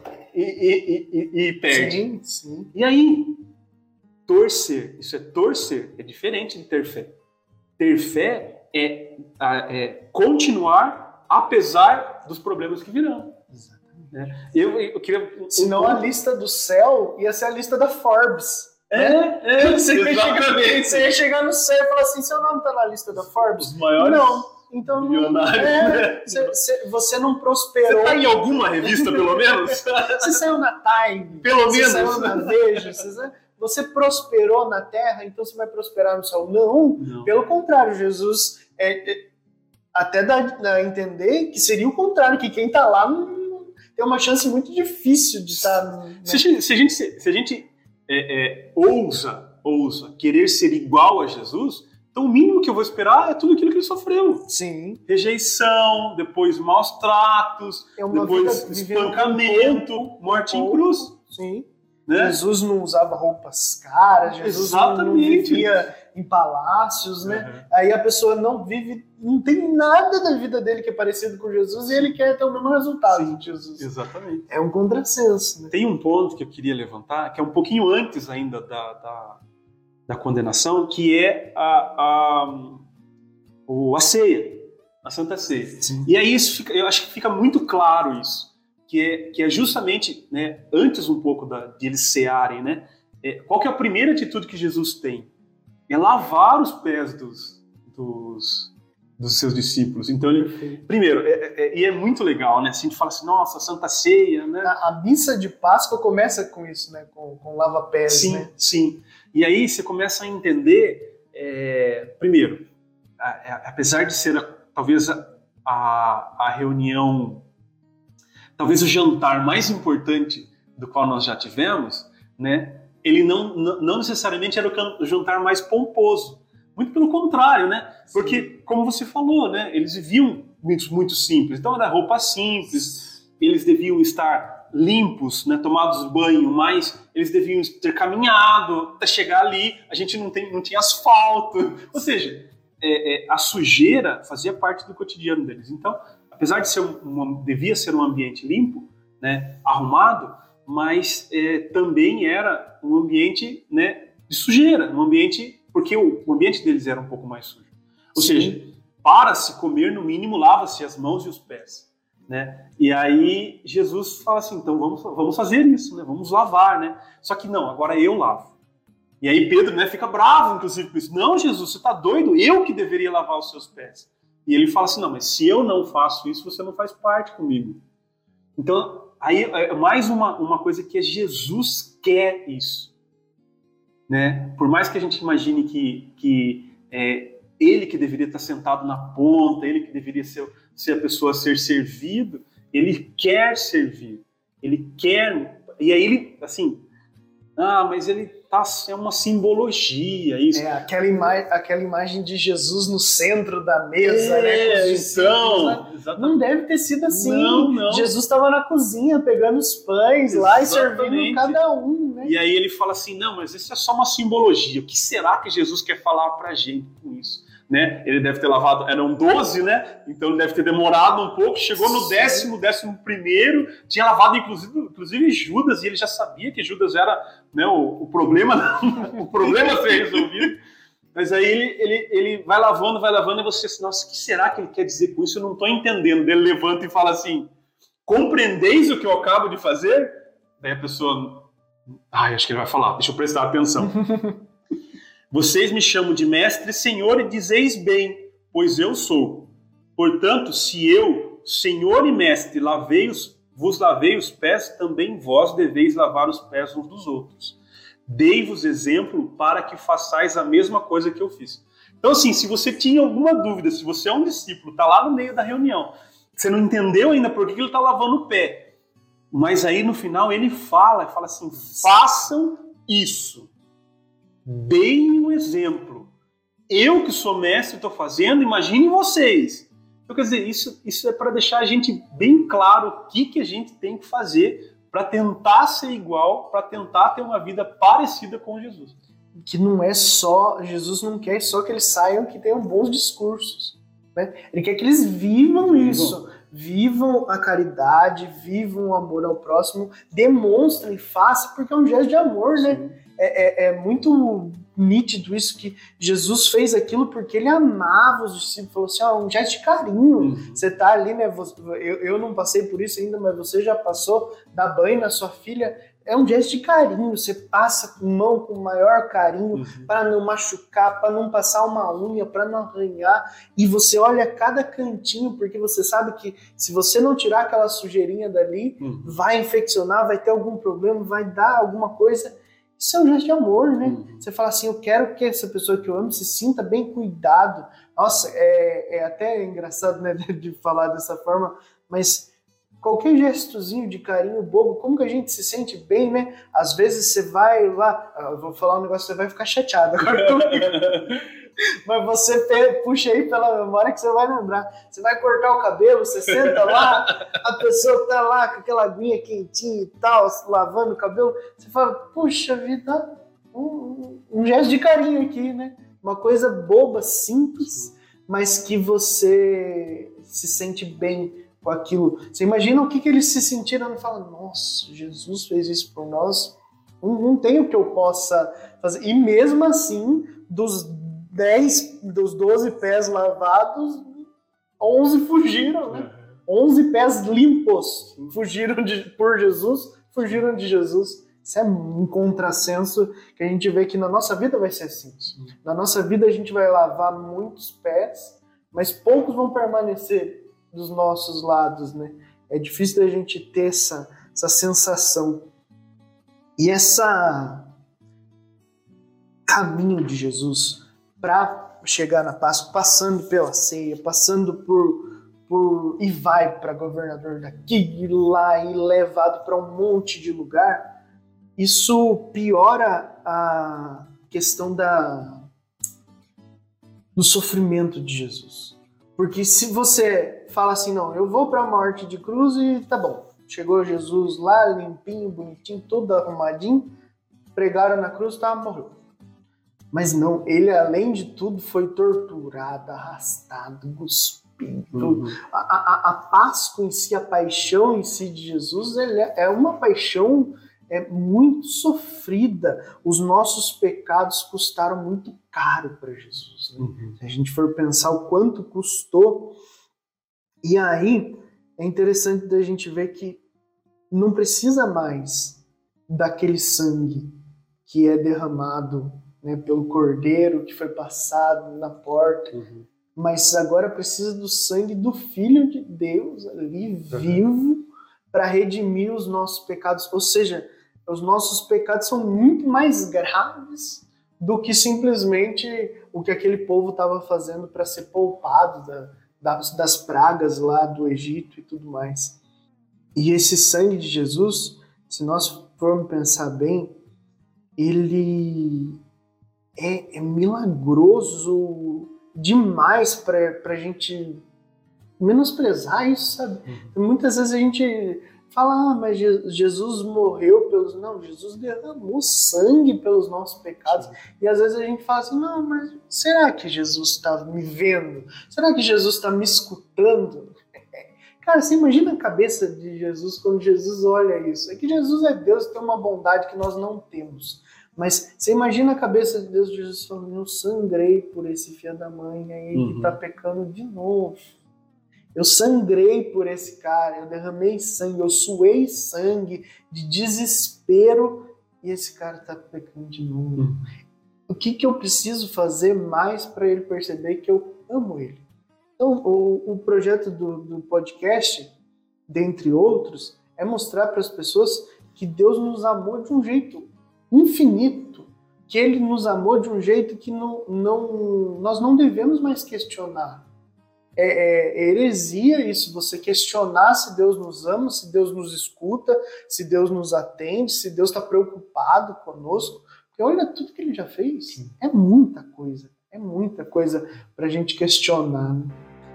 e perde. Sim, sim. E aí, torcer, isso é torcer, é diferente de ter fé. Ter fé é continuar apesar dos problemas que virão. Exatamente. Né? Eu queria... Senão a lista do céu ia ser a lista da Forbes. Você ia chegar no céu e falar assim, seu nome tá na lista da Forbes? Os maiores não. Então, você não prosperou. Você tá em alguma revista, pelo menos? Você saiu na Time. Pelo menos. Você saiu na Veja. Você prosperou na terra, então você vai prosperar no céu. Não. Pelo contrário, Jesus até dá a entender que seria o contrário, que quem tá lá tem uma chance muito difícil de estar... Se a gente ousa querer ser igual a Jesus, então o mínimo que eu vou esperar é tudo aquilo que ele sofreu. Sim. Rejeição, depois maus tratos, depois espancamento, morte em cruz. Sim. Né? Jesus não usava roupas caras, Jesus não vivia em palácios, né? Uhum. Aí a pessoa não tem nada da vida dele que é parecido com Jesus e ele quer ter o mesmo resultado de Jesus. Exatamente. É um contrassenso, né? Tem um ponto que eu queria levantar, que é um pouquinho antes ainda da condenação, que é a ceia, a Santa Ceia. Sim. E aí eu acho que fica muito claro isso, que é justamente, né, antes um pouco de eles cearem, né, qual que é a primeira atitude que Jesus tem? É lavar os pés dos seus discípulos. Então, primeiro, e é muito legal, né? Assim, a gente fala assim, nossa, Santa Ceia, né? A missa de Páscoa começa com isso, né? Com lava-pés, sim, né? Sim. E aí você começa a entender, primeiro, apesar de ser talvez a reunião, talvez o jantar mais importante do qual nós já tivemos, né? Ele não necessariamente era o jantar mais pomposo. Muito pelo contrário, né? Porque, como você falou, né? Eles viviam muito simples. Então, era roupa simples, eles deviam estar limpos, né? Tomados banho, mas eles deviam ter caminhado até chegar ali. A gente não tinha asfalto. Ou seja, a sujeira fazia parte do cotidiano deles. Então, apesar de devia ser um ambiente limpo, né? Arrumado, mas também era um ambiente, né? De sujeira, um ambiente... Porque o ambiente deles era um pouco mais sujo. Ou seja, para se comer, no mínimo, lava-se as mãos e os pés. Né? E aí Jesus fala assim, então vamos fazer isso, né? Vamos lavar. Né? Só que não, agora eu lavo. E aí Pedro, né, fica bravo, inclusive, com isso. Não, Jesus, você está doido? Eu que deveria lavar os seus pés. E ele fala assim, não, mas se eu não faço isso, você não faz parte comigo. Então, aí é mais uma coisa que Jesus quer isso. Né? Por mais que a gente imagine que ele que deveria estar sentado na ponta, ele que deveria ser a pessoa a ser servido, ele quer servir, ele quer, e aí ele, assim, mas ele é uma simbologia, isso. Aquela imagem de Jesus no centro da mesa, né? Então, não deve ter sido assim. Não. Jesus estava na cozinha pegando os pães lá e servindo cada um, né? E aí ele fala assim, não, mas isso é só uma simbologia. O que será que Jesus quer falar pra gente com isso? Né? Ele deve ter lavado, eram 12, né? Então ele deve ter demorado um pouco, chegou no 11º, tinha lavado inclusive Judas, e ele já sabia que Judas era, né, o problema a ser resolvido. Mas aí ele vai lavando, e você assim, nossa, o que será que ele quer dizer com isso? Eu não estou entendendo. Ele levanta e fala assim, compreendeis o que eu acabo de fazer? Daí a pessoa, acho que ele vai falar, deixa eu prestar atenção. Vocês me chamam de mestre e senhor e dizeis bem, pois eu sou. Portanto, se eu, senhor e mestre, lavei vos lavei os pés, também vós deveis lavar os pés uns dos outros. Dei-vos exemplo para que façais a mesma coisa que eu fiz. Então, assim, se você tinha alguma dúvida, se você é um discípulo, está lá no meio da reunião, você não entendeu ainda por que ele está lavando o pé, mas aí no final ele fala assim, façam isso. Deem um exemplo. Eu que sou mestre estou fazendo, imaginem vocês. Então, quer dizer, isso é para deixar a gente bem claro o que a gente tem que fazer para tentar ser igual, para tentar ter uma vida parecida com Jesus. Que não é só, Jesus não quer só que eles saiam que tenham bons discursos, né? Ele quer que eles vivam isso, vivam a caridade, vivam o amor ao próximo, demonstrem, façam, porque é um gesto de amor, né? É muito nítido isso, que Jesus fez aquilo porque ele amava os discípulos, falou assim, um gesto de carinho, você tá ali, né, eu não passei por isso ainda, mas você já passou, dá banho na sua filha, é um gesto de carinho, você passa com mão com o maior carinho, para não machucar, para não passar uma unha, para não arranhar, e você olha cada cantinho, porque você sabe que se você não tirar aquela sujeirinha dali, vai infeccionar, vai ter algum problema, vai dar alguma coisa. Isso é um gesto de amor, né? Você fala assim, eu quero que essa pessoa que eu amo se sinta bem cuidado. Nossa, é até engraçado, né, de falar dessa forma, mas qualquer gestozinho de carinho bobo, como que a gente se sente bem, né? Às vezes você vai lá, eu vou falar um negócio, você vai ficar chateado agora comigo. Mas você puxa aí pela memória que você vai lembrar. Você vai cortar o cabelo, você senta lá, a pessoa tá lá com aquela aguinha quentinha e tal, lavando o cabelo. Você fala, puxa vida, um gesto de carinho aqui, né? Uma coisa boba, simples, mas que você se sente bem com aquilo. Você imagina o que eles se sentiram e falam, nossa, Jesus fez isso por nós, não tem o que eu possa fazer. E mesmo assim, dos 12 pés lavados, 11 fugiram, né? 11 pés limpos fugiram por Jesus, fugiram de Jesus. Isso é um contrassenso que a gente vê que na nossa vida vai ser assim. Na nossa vida a gente vai lavar muitos pés, mas poucos vão permanecer dos nossos lados, né? É difícil da gente ter essa sensação. E essa caminho de Jesus para chegar na Páscoa, passando pela ceia, passando por e vai para governador daqui e lá e levado para um monte de lugar, isso piora a questão do sofrimento de Jesus. Porque se você fala assim, não, eu vou para a morte de cruz e tá bom, chegou Jesus lá, limpinho, bonitinho, todo arrumadinho, pregaram na cruz, tá, morreu. Mas não, ele além de tudo foi torturado, arrastado, cuspido. A Páscoa em si, a paixão em si de Jesus, ele é uma paixão muito sofrida. Os nossos pecados custaram muito caro para Jesus. Né? Se a gente for pensar o quanto custou, e aí é interessante da gente ver que não precisa mais daquele sangue que é derramado, né, pelo cordeiro que foi passado na porta, mas agora precisa do sangue do Filho de Deus ali vivo para redimir os nossos pecados. Ou seja, os nossos pecados são muito mais graves do que simplesmente o que aquele povo estava fazendo para ser poupado das pragas lá do Egito e tudo mais. E esse sangue de Jesus, se nós formos pensar bem, ele é milagroso demais para a gente menosprezar isso, sabe? Muitas vezes a gente fala, mas Jesus morreu pelos... Não, Jesus derramou sangue pelos nossos pecados. E às vezes a gente fala assim, não, mas será que Jesus está me vendo? Será que Jesus está me escutando? Cara, você imagina a cabeça de Jesus quando Jesus olha isso. É que Jesus é Deus e tem uma bondade que nós não temos. Mas você imagina a cabeça de Deus, Jesus falando, eu sangrei por esse filho da mãe, aí ele está pecando de novo. Eu sangrei por esse cara, eu derramei sangue, eu suei sangue de desespero e esse cara está pecando de novo. O que eu preciso fazer mais para ele perceber que eu amo ele? Então, o projeto do podcast, dentre outros, é mostrar para as pessoas que Deus nos amou de um jeito infinito, que Ele nos amou de um jeito que nós não devemos mais questionar. É heresia isso, você questionar se Deus nos ama, se Deus nos escuta, se Deus nos atende, se Deus está preocupado conosco. Porque olha tudo que Ele já fez. Sim. É muita coisa para a gente questionar, né?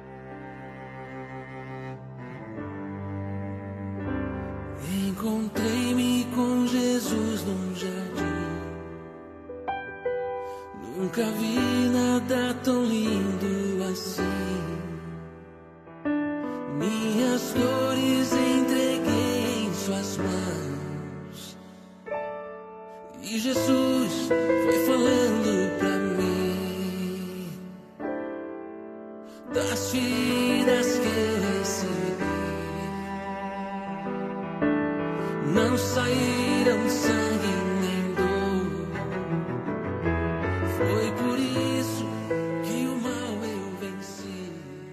Encontrei-me com Jesus num jardim. Nunca vi nada tão lindo assim. Minhas dores entreguei em suas mãos. E Jesus foi falando pra mim das feridas que eu recebi. Não saíram sangue nem dor. Foi por isso que o mal eu venci.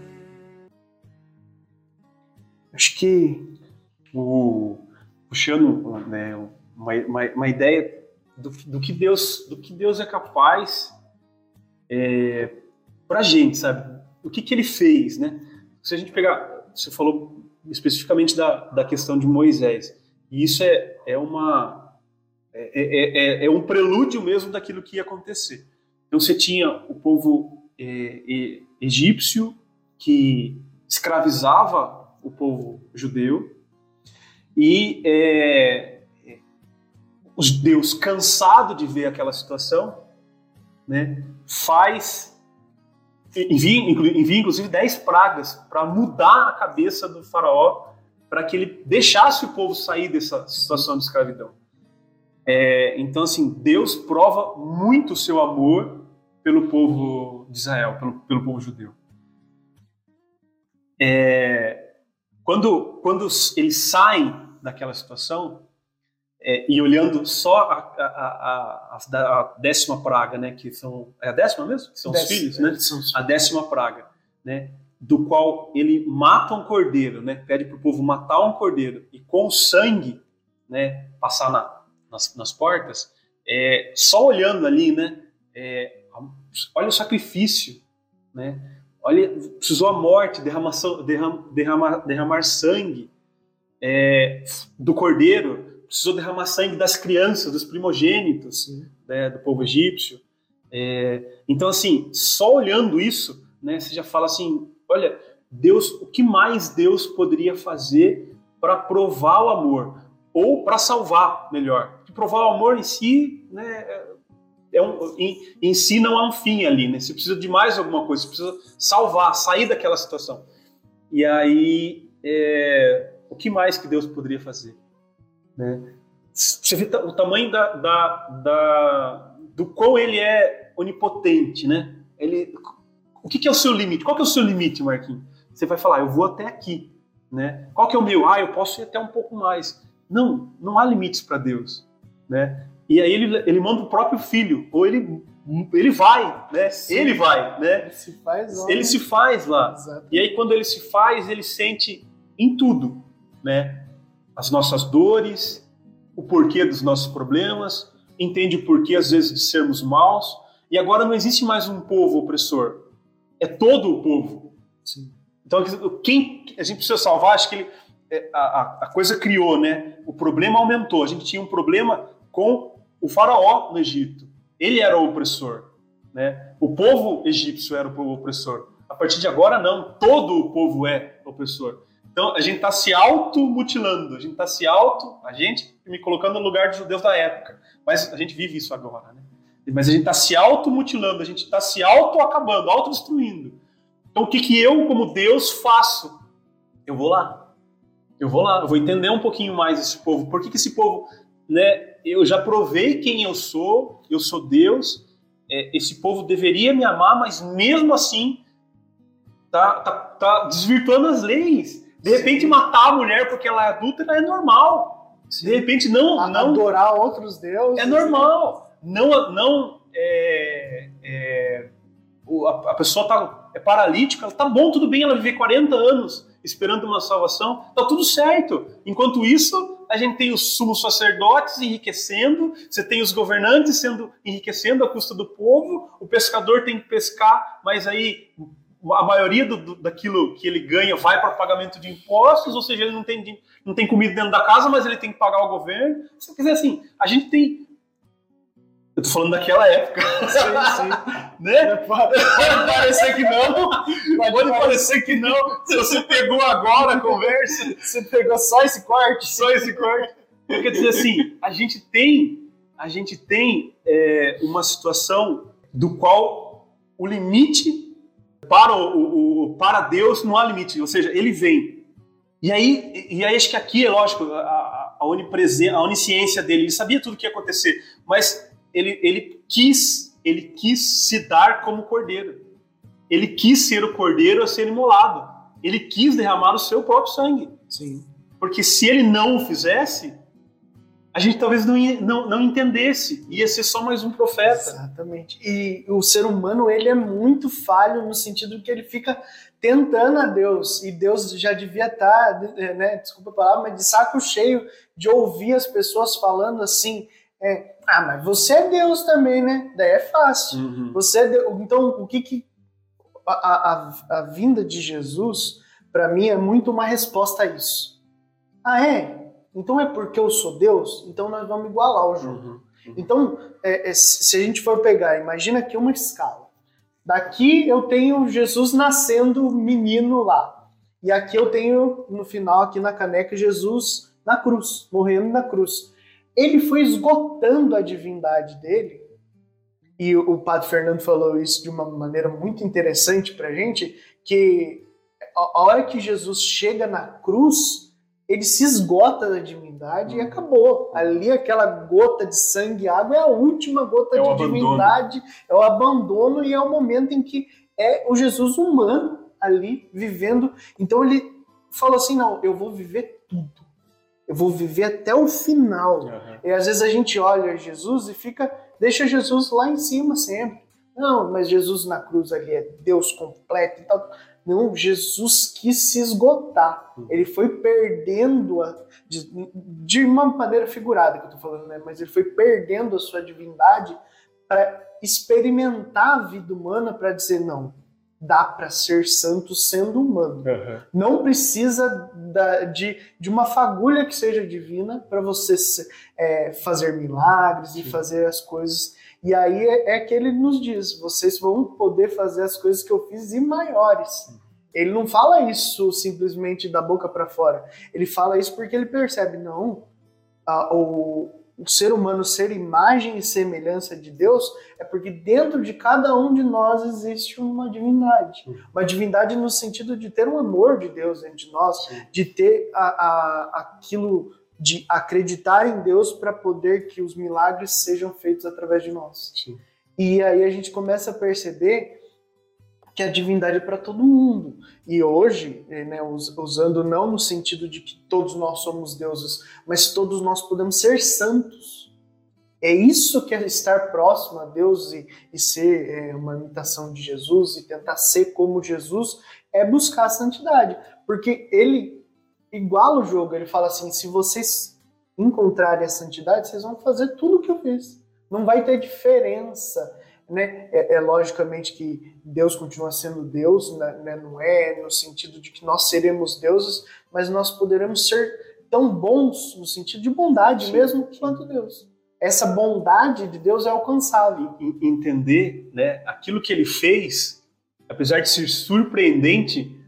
Acho que puxando, né, uma ideia do que Deus é capaz pra gente, sabe? O que Ele fez, né? Se a gente pegar, você falou especificamente da questão de Moisés, e isso é um prelúdio mesmo daquilo que ia acontecer. Então você tinha o povo egípcio que escravizava o povo judeu, e os Deus, cansado de ver aquela situação, né, envia inclusive 10 pragas para mudar a cabeça do faraó, para que ele deixasse o povo sair dessa situação de escravidão. Então, assim, Deus prova muito o seu amor pelo povo de Israel, pelo povo judeu. Quando eles saem daquela situação, e olhando só a 10ª praga, né, que são... É a 10ª mesmo? Que são os filhos, né? A 10ª praga, né? Do qual ele mata um cordeiro, né? Pede para o povo matar um cordeiro e com o sangue, né, passar nas portas. Só olhando ali, né? Olha o sacrifício, né? Olha, precisou a morte, derramar sangue do cordeiro, precisou derramar sangue das crianças, dos primogênitos, né, do povo egípcio. Então, assim, só olhando isso, né, você já fala assim, olha, Deus, o que mais Deus poderia fazer para provar o amor? Ou para salvar, melhor. Porque provar o amor em si, né, em si não há um fim ali, né? Você precisa de mais alguma coisa, você precisa salvar, sair daquela situação. E aí, o que mais que Deus poderia fazer? Né? Você vê o tamanho do quão ele é onipotente, né? O que é o seu limite? Qual que é o seu limite, Marquinhos? Você vai falar, eu vou até aqui, né? Qual que é o meu? Eu posso ir até um pouco mais. Não há limites para Deus, né? E aí ele manda o próprio filho, ou ele vai, né? Sim. Ele vai, né? Ele se faz lá. Exato. E aí quando ele se faz, ele sente em tudo, né? As nossas dores, o porquê dos nossos problemas, entende o porquê às vezes de sermos maus. E agora não existe mais um povo opressor, é todo o povo. Sim. Então quem a gente precisa salvar, acho que a coisa criou, né? O problema aumentou. A gente tinha um problema com o faraó no Egito. Ele era o opressor, né? O povo egípcio era o povo opressor. A partir de agora, não. Todo o povo é opressor. Então, a gente está se automutilando. A gente está me colocando no lugar dos judeus da época. Mas a gente vive isso agora, né? Mas a gente está se automutilando. A gente está se autoacabando, autodestruindo. Então, o que eu, como Deus, faço? Eu vou lá. Eu vou entender um pouquinho mais esse povo. Por que esse povo... Né, eu já provei quem eu sou Deus, esse povo deveria me amar, mas mesmo assim tá desvirtuando as leis. De repente matar a mulher porque ela é adúltera é normal. Sim. De repente não adorar outros deuses é normal. A pessoa é paralítica, ela tá bom, tudo bem ela viver 40 anos esperando uma salvação, tá tudo certo. Enquanto isso, a gente tem os sumos sacerdotes enriquecendo, você tem os governantes enriquecendo à custa do povo, o pescador tem que pescar, mas aí a maioria daquilo que ele ganha vai para pagamento de impostos, ou seja, ele não tem comida dentro da casa, mas ele tem que pagar o governo. Se quer dizer assim, a gente tem... Eu tô falando daquela época. Sim. Né? Pode parecer que não. Pode parecer que não. Se você pegou agora a conversa. Você pegou só esse corte? Só esse corte. Quer dizer assim, a gente tem uma situação do qual o limite para Deus não há limite. Ou seja, ele vem. E aí acho que aqui é lógico, a onisciência dele, ele sabia tudo o que ia acontecer, mas ele quis se dar como cordeiro. Ele quis ser o cordeiro a ser imolado. Ele quis derramar o seu próprio sangue. Sim. Porque se ele não o fizesse, a gente talvez não entendesse. Ia ser só mais um profeta. Exatamente. E o ser humano, ele é muito falho no sentido que ele fica tentando a Deus. E Deus já devia estar, né, desculpa a palavra, mas de saco cheio de ouvir as pessoas falando assim... mas você é Deus também, né? Daí é fácil. Uhum. Você é Deus. Então, o que a vinda de Jesus, para mim, é muito uma resposta a isso. Então é porque eu sou Deus? Então nós vamos igualar o jogo. Uhum. Então, se a gente for pegar, imagina aqui uma escala. Daqui eu tenho Jesus nascendo menino lá. E aqui eu tenho, no final, aqui na caneca, Jesus na cruz, morrendo na cruz. Ele foi esgotando a divindade dele, e o Padre Fernando falou isso de uma maneira muito interessante pra gente, que a hora que Jesus chega na cruz, ele se esgota da divindade e acabou. Ali aquela gota de sangue e água é a última gota de divindade, é o abandono e é o momento em que é o Jesus humano ali vivendo. Então ele falou assim, não, eu vou viver tudo. Eu vou viver até o final. Uhum. E às vezes a gente olha Jesus e deixa Jesus lá em cima sempre. Não, mas Jesus na cruz ali é Deus completo e tal. Não, Jesus quis se esgotar. Uhum. Ele foi perdendo, de uma maneira figurada que eu tô falando, né? Mas ele foi perdendo a sua divindade para experimentar a vida humana, para dizer, não, dá para ser santo sendo humano. Uhum. Não precisa de uma fagulha que seja divina para você fazer milagres e fazer as coisas. E aí é que ele nos diz, vocês vão poder fazer as coisas que eu fiz e maiores. Ele não fala isso simplesmente da boca para fora. Ele fala isso porque ele percebe, não, o ser humano ser imagem e semelhança de Deus é porque dentro de cada um de nós existe uma divindade. Uma divindade no sentido de ter um amor de Deus dentro de nós, de ter aquilo de acreditar em Deus para poder que os milagres sejam feitos através de nós. Sim. E aí a gente começa a perceber que a divindade é para todo mundo. E hoje, né, usando não no sentido de que todos nós somos deuses, mas todos nós podemos ser santos. É isso que é estar próximo a Deus e ser uma imitação de Jesus e tentar ser como Jesus, é buscar a santidade. Porque ele iguala o jogo, ele fala assim, se vocês encontrarem a santidade, vocês vão fazer tudo o que eu fiz. Não vai ter diferença. Né? Logicamente que Deus continua sendo Deus, né? Não é no sentido de que nós seremos deuses, mas nós poderemos ser tão bons, no sentido de bondade mesmo, quanto Deus. Essa bondade de Deus é alcançável. Entender, né, aquilo que ele fez, apesar de ser surpreendente,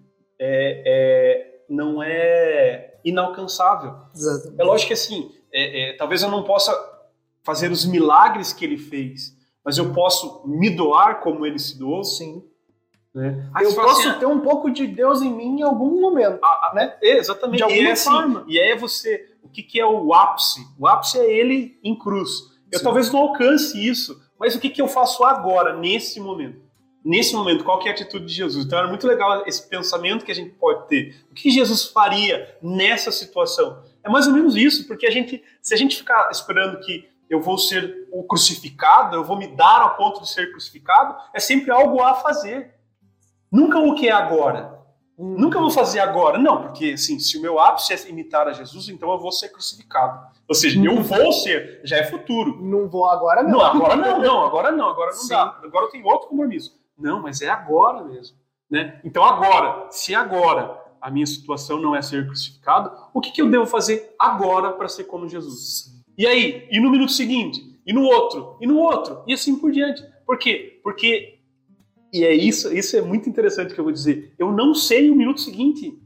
não é inalcançável. Exatamente. É lógico que assim, talvez eu não possa fazer os milagres que ele fez, mas eu posso me doar como ele se doou. Sim. Né? Eu posso ter um pouco de Deus em mim em algum momento. Né? Exatamente. De alguma forma. E aí você... O que é o ápice? O ápice é ele em cruz. Eu talvez não alcance isso, mas o que eu faço agora, nesse momento? Nesse momento, qual que é a atitude de Jesus? Então era muito legal esse pensamento que a gente pode ter. O que Jesus faria nessa situação? É mais ou menos isso, porque se a gente ficar esperando que eu vou ser o crucificado, eu vou me dar ao ponto de ser crucificado, é sempre algo a fazer. Nunca o que é agora. Nunca vou fazer agora. Não, porque assim, se o meu ápice é imitar a Jesus, então eu vou ser crucificado. Ou seja, eu vou ser, já é futuro. Não vou agora, não. Não, agora não, agora não Sim. dá. Agora eu tenho outro compromisso. Não, mas é agora mesmo. Né? Então agora, se agora a minha situação não é ser crucificado, o que eu devo fazer agora para ser como Jesus? Sim. E aí? E no minuto seguinte? E no outro? E no outro? E assim por diante. Por quê? Porque... E é isso é muito interessante que eu vou dizer. Eu não sei o minuto seguinte.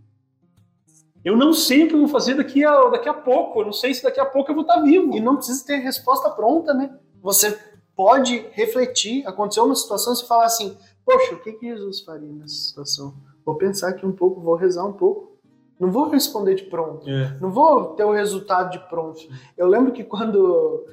Eu não sei o que eu vou fazer daqui a pouco. Eu não sei se daqui a pouco eu vou estar vivo. E não precisa ter resposta pronta, né? Você pode refletir, aconteceu uma situação, você fala assim, poxa, o que Jesus faria nessa situação? Vou pensar aqui um pouco, vou rezar um pouco. Não vou responder de pronto. Não vou ter o resultado de pronto. Eu lembro que quando...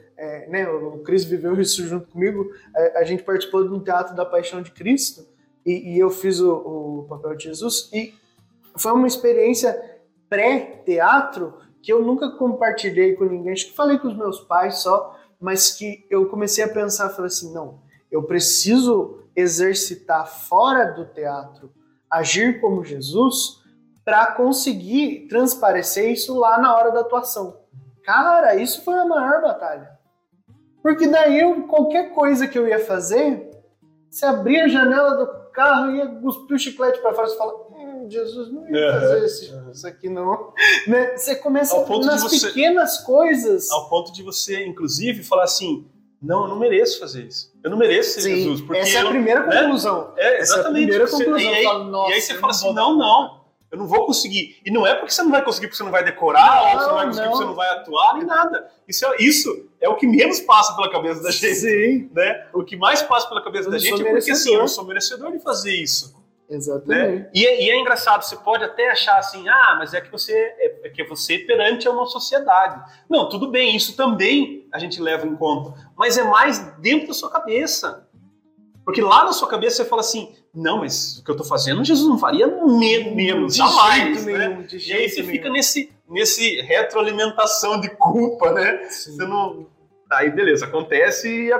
o Cris viveu isso junto comigo, a gente participou de um teatro da Paixão de Cristo e eu fiz o papel de Jesus e foi uma experiência pré-teatro que eu nunca compartilhei com ninguém, acho que falei com os meus pais só, mas que eu comecei a pensar, falei assim, não, eu preciso exercitar fora do teatro, agir como Jesus para conseguir transparecer isso lá na hora da atuação. Cara, isso foi a maior batalha. Porque daí qualquer coisa que eu ia fazer, você abria a janela do carro e ia cuspir o chiclete para fora, você fala, Jesus, não ia fazer isso aqui não. Né? Você começa nas pequenas coisas. Ao ponto de você, inclusive, falar assim, não, eu não mereço fazer isso. Eu não mereço ser Jesus. Porque essa é a primeira conclusão. Exatamente. Essa é a primeira conclusão. E aí você fala assim, não. Eu não vou conseguir. E não é porque você não vai conseguir porque você não vai decorar, ou você não vai conseguir porque você não vai atuar, nem nada. Isso é o que menos passa pela cabeça da gente. Sim. Né? O que mais passa pela cabeça da gente é porque assim, eu não sou merecedor de fazer isso. Exatamente. Né? E é engraçado, você pode até achar assim, mas é que você perante a uma sociedade. Não, tudo bem, isso também a gente leva em conta. Mas é mais dentro da sua cabeça. Porque lá na sua cabeça você fala assim, não, mas o que eu tô fazendo, Jesus não faria menos, jamais. Né? E aí você fica nesse retroalimentação de culpa, né? Você não... Aí beleza, acontece.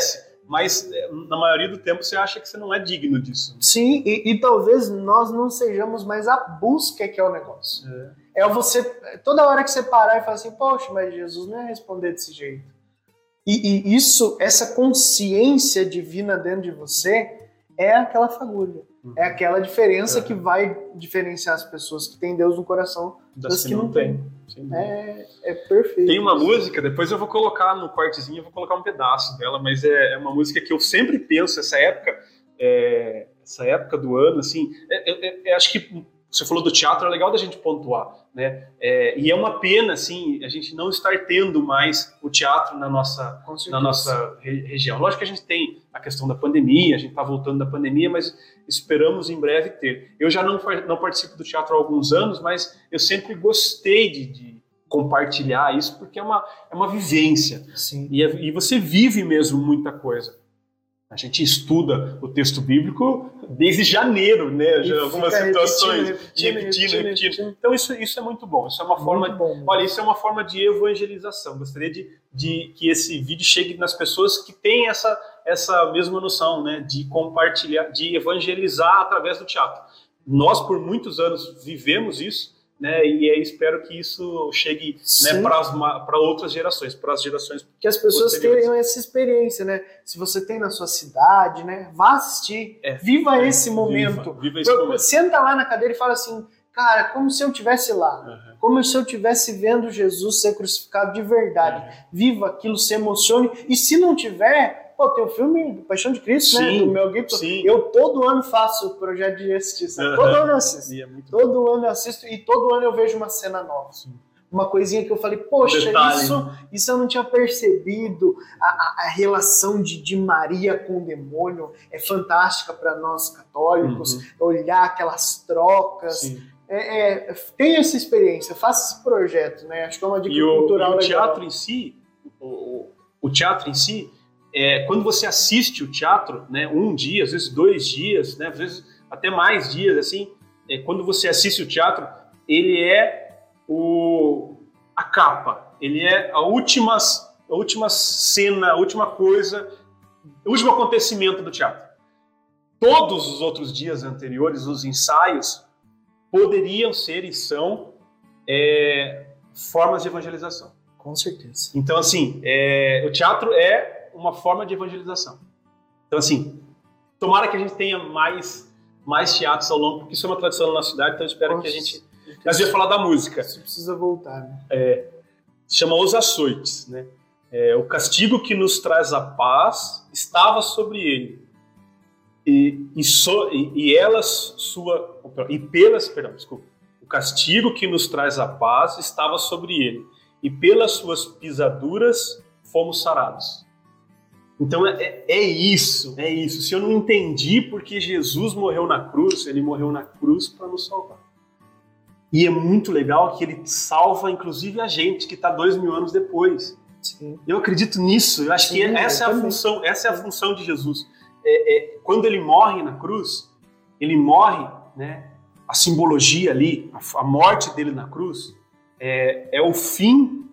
Mas na maioria do tempo você acha que você não é digno disso. Sim, e talvez nós não sejamos mais a busca que é o negócio. É você, toda hora que você parar e falar assim, poxa, mas Jesus não ia responder desse jeito. E essa consciência divina dentro de você é aquela fagulha. É aquela diferença que vai diferenciar as pessoas que têm Deus no coração das que não têm. É perfeito. Tem uma música, depois eu vou colocar no cortezinho, eu vou colocar um pedaço dela, mas é uma música que eu sempre penso, essa época do ano, assim, acho que você falou do teatro, é legal da gente pontuar, né? E é uma pena, assim, a gente não estar tendo mais o teatro na nossa região. Lógico que a gente tem a questão da pandemia, a gente está voltando da pandemia, mas esperamos em breve ter. Eu já não participo do teatro há alguns anos, mas eu sempre gostei de compartilhar isso, porque é uma vivência. Sim. E você vive mesmo muita coisa. A gente estuda o texto bíblico desde janeiro, né? Já algumas situações repetindo. Então isso é muito bom. Isso é uma forma. Olha, isso é uma forma de evangelização. Gostaria de que esse vídeo chegue nas pessoas que têm essa mesma noção, né? De compartilhar, de evangelizar através do teatro. Nós por muitos anos vivemos isso. Né, e espero que isso chegue, né, para outras gerações, para as gerações que as pessoas tenham essa experiência, né? Se você tem na sua cidade, né, vá assistir, viva esse momento. Viva esse momento. Senta lá na cadeira e fala assim, cara, como se eu estivesse lá, como se eu estivesse vendo Jesus ser crucificado de verdade. Viva aquilo, se emocione, e se não tiver... tem o filme Paixão de Cristo, né? Do Mel Gibson. Sim. Eu todo ano faço o projeto de justiça. Todo ano eu assisto. Todo ano eu assisto e todo ano eu vejo uma cena nova. Sim. Uma coisinha que eu falei, poxa, isso eu não tinha percebido. A relação de Maria com o demônio é fantástica para nós católicos. Olhar aquelas trocas. Tenha essa experiência, faça esse projeto, né? Acho que é uma dica cultural legal. O teatro em si, quando você assiste o teatro, né, um dia, às vezes 2 dias, né, às vezes até mais dias, assim, quando você assiste o teatro, ele é a capa, ele é a última cena, a última coisa, o último acontecimento do teatro. Todos os outros dias anteriores, os ensaios, poderiam ser e são formas de evangelização. Com certeza. Então, assim, o teatro é uma forma de evangelização. Então, assim, tomara que a gente tenha mais teatros ao longo, porque isso é uma tradição na nossa cidade, então eu espero que a gente... Mas eu ia falar da música. Isso precisa voltar, né? Se chama Os Açoites, né? O castigo que nos traz a paz estava sobre ele. O castigo que nos traz a paz estava sobre ele, e pelas suas pisaduras fomos sarados. Então é isso. Se eu não entendi porque Jesus morreu na cruz, ele morreu na cruz para nos salvar. E é muito legal que ele salva inclusive a gente que está 2000 anos depois. Sim. Eu acredito nisso, eu acho que essa é a função de Jesus. Quando ele morre na cruz, ele morre, né? A simbologia ali, a morte dele na cruz, é o fim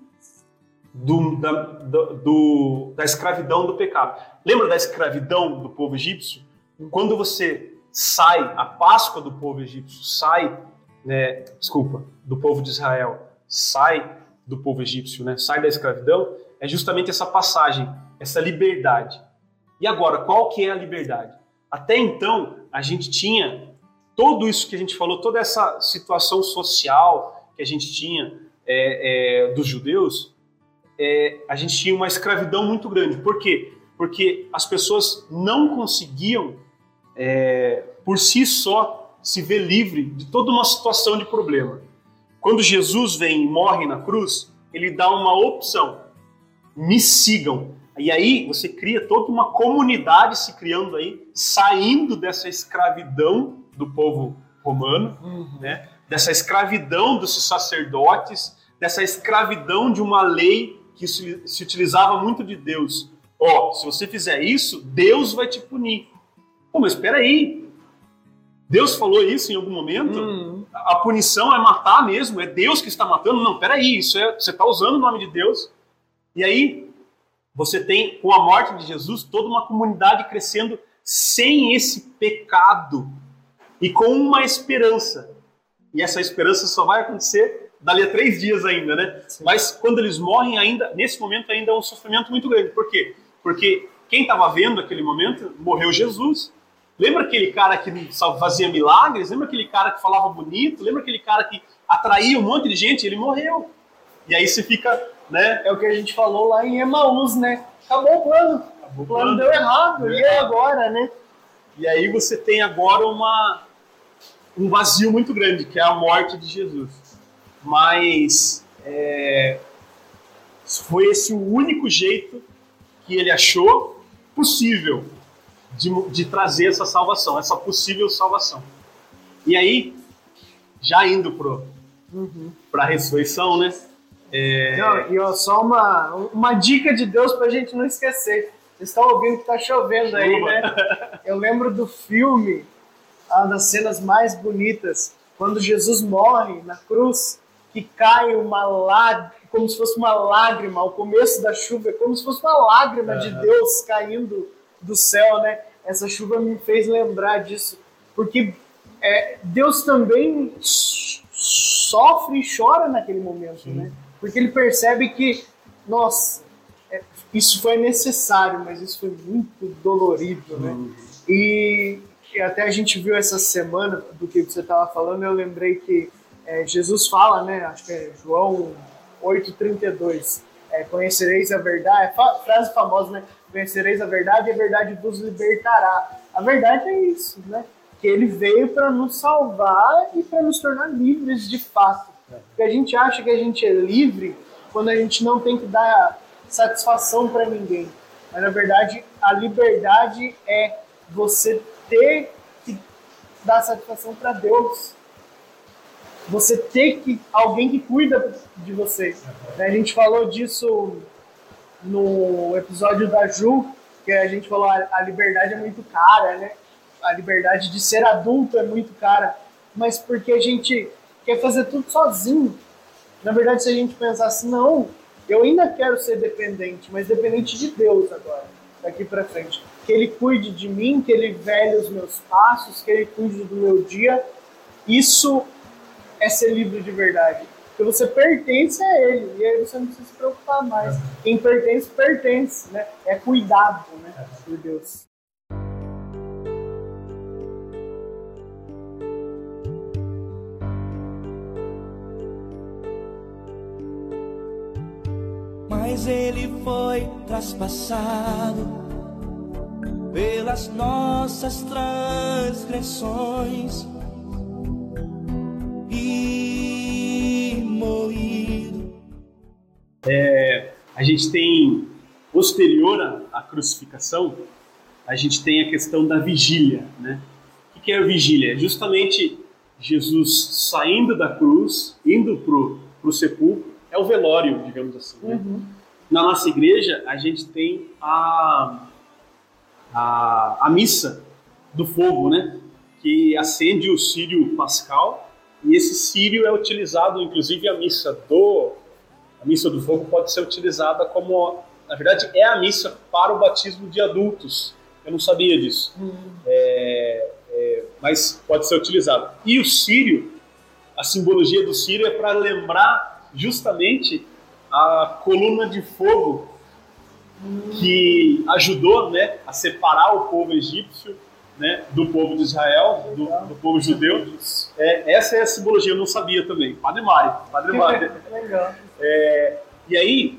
da escravidão do pecado. Lembra da escravidão do povo egípcio? Quando você sai, a Páscoa do povo egípcio sai, né? Do povo de Israel, sai do povo egípcio, né? Sai da escravidão, é justamente essa passagem, essa liberdade. E agora, qual que é a liberdade? Até então, a gente tinha tudo isso que a gente falou, toda essa situação social que a gente tinha dos judeus, a gente tinha uma escravidão muito grande. Por quê? Porque as pessoas não conseguiam, por si só, se ver livre de toda uma situação de problema. Quando Jesus vem e morre na cruz, ele dá uma opção: me sigam. E aí você cria toda uma comunidade se criando aí, saindo dessa escravidão do povo romano, né? Dessa escravidão dos sacerdotes, dessa escravidão de uma lei que se utilizava muito de Deus. Se você fizer isso, Deus vai te punir. Mas espera aí, Deus falou isso em algum momento? A punição é matar mesmo? É Deus que está matando? Não, espera aí, você está usando o nome de Deus. E aí você tem, com a morte de Jesus, toda uma comunidade crescendo sem esse pecado e com uma esperança. E essa esperança só vai acontecer dali a 3 dias ainda, né? Sim. Mas quando eles morrem ainda, nesse momento ainda é um sofrimento muito grande. Por quê? Porque quem estava vendo aquele momento, morreu Jesus. Lembra aquele cara que fazia milagres? Lembra aquele cara que falava bonito? Lembra aquele cara que atraía um monte de gente? Ele morreu. E aí você fica, né? É o que a gente falou lá em Emaús, né? Acabou o plano. O plano deu errado. E agora, né? E aí você tem agora um vazio muito grande, que é a morte de Jesus. Mas foi esse o único jeito que ele achou possível de trazer essa salvação, essa possível salvação. E aí, já indo para a ressurreição, né? Só uma dica de Deus pra gente não esquecer. Vocês estão ouvindo que tá chovendo aí, né? Eu lembro do filme, uma das cenas mais bonitas, quando Jesus morre na cruz, que cai uma lágrima, como se fosse uma lágrima, ao começo da chuva, como se fosse uma lágrima de Deus caindo do céu, né? Essa chuva me fez lembrar disso, porque Deus também sofre e chora naquele momento, né? Porque ele percebe que, nossa, isso foi necessário, mas isso foi muito dolorido, né? E até a gente viu essa semana do que você estava falando, eu lembrei que Jesus fala, né? Acho que é João 8,32, conhecereis a verdade, frase famosa, né? Conhecereis a verdade e a verdade vos libertará. A verdade é isso, né? Que ele veio para nos salvar e para nos tornar livres de fato. Porque a gente acha que a gente é livre quando a gente não tem que dar satisfação para ninguém. Mas, na verdade, a liberdade é você ter que dar satisfação para Deus. Você ter alguém que cuida de você. A gente falou disso no episódio da Ju, que a gente falou a liberdade é muito cara, né? A liberdade de ser adulto é muito cara. Mas porque a gente quer fazer tudo sozinho. Na verdade, se a gente pensar assim, não, eu ainda quero ser dependente, mas dependente de Deus agora, daqui para frente. Que Ele cuide de mim, que Ele vele os meus passos, que Ele cuide do meu dia. Isso é ser livre de verdade. Porque você pertence a ele, e aí você não precisa se preocupar mais. Quem pertence, pertence, né? É cuidado, né? Por Deus. Mas ele foi traspassado pelas nossas transgressões e moído. A gente tem, posterior à crucificação, a gente tem a questão da vigília, né? O que é a vigília? É justamente Jesus saindo da cruz, indo pro sepulcro, é o velório, digamos assim, né? Na nossa igreja, a gente tem a missa do fogo, né? Que acende o círio pascal, e esse círio é utilizado, inclusive a missa do fogo pode ser utilizada como, na verdade, é a missa para o batismo de adultos. Eu não sabia disso, mas pode ser utilizado. E o círio, a simbologia do círio é para lembrar justamente a coluna de fogo que ajudou, né, a separar o povo egípcio, né, do povo de Israel, do povo judeu. Essa é a simbologia, eu não sabia também. Padre Mário. Legal. E aí,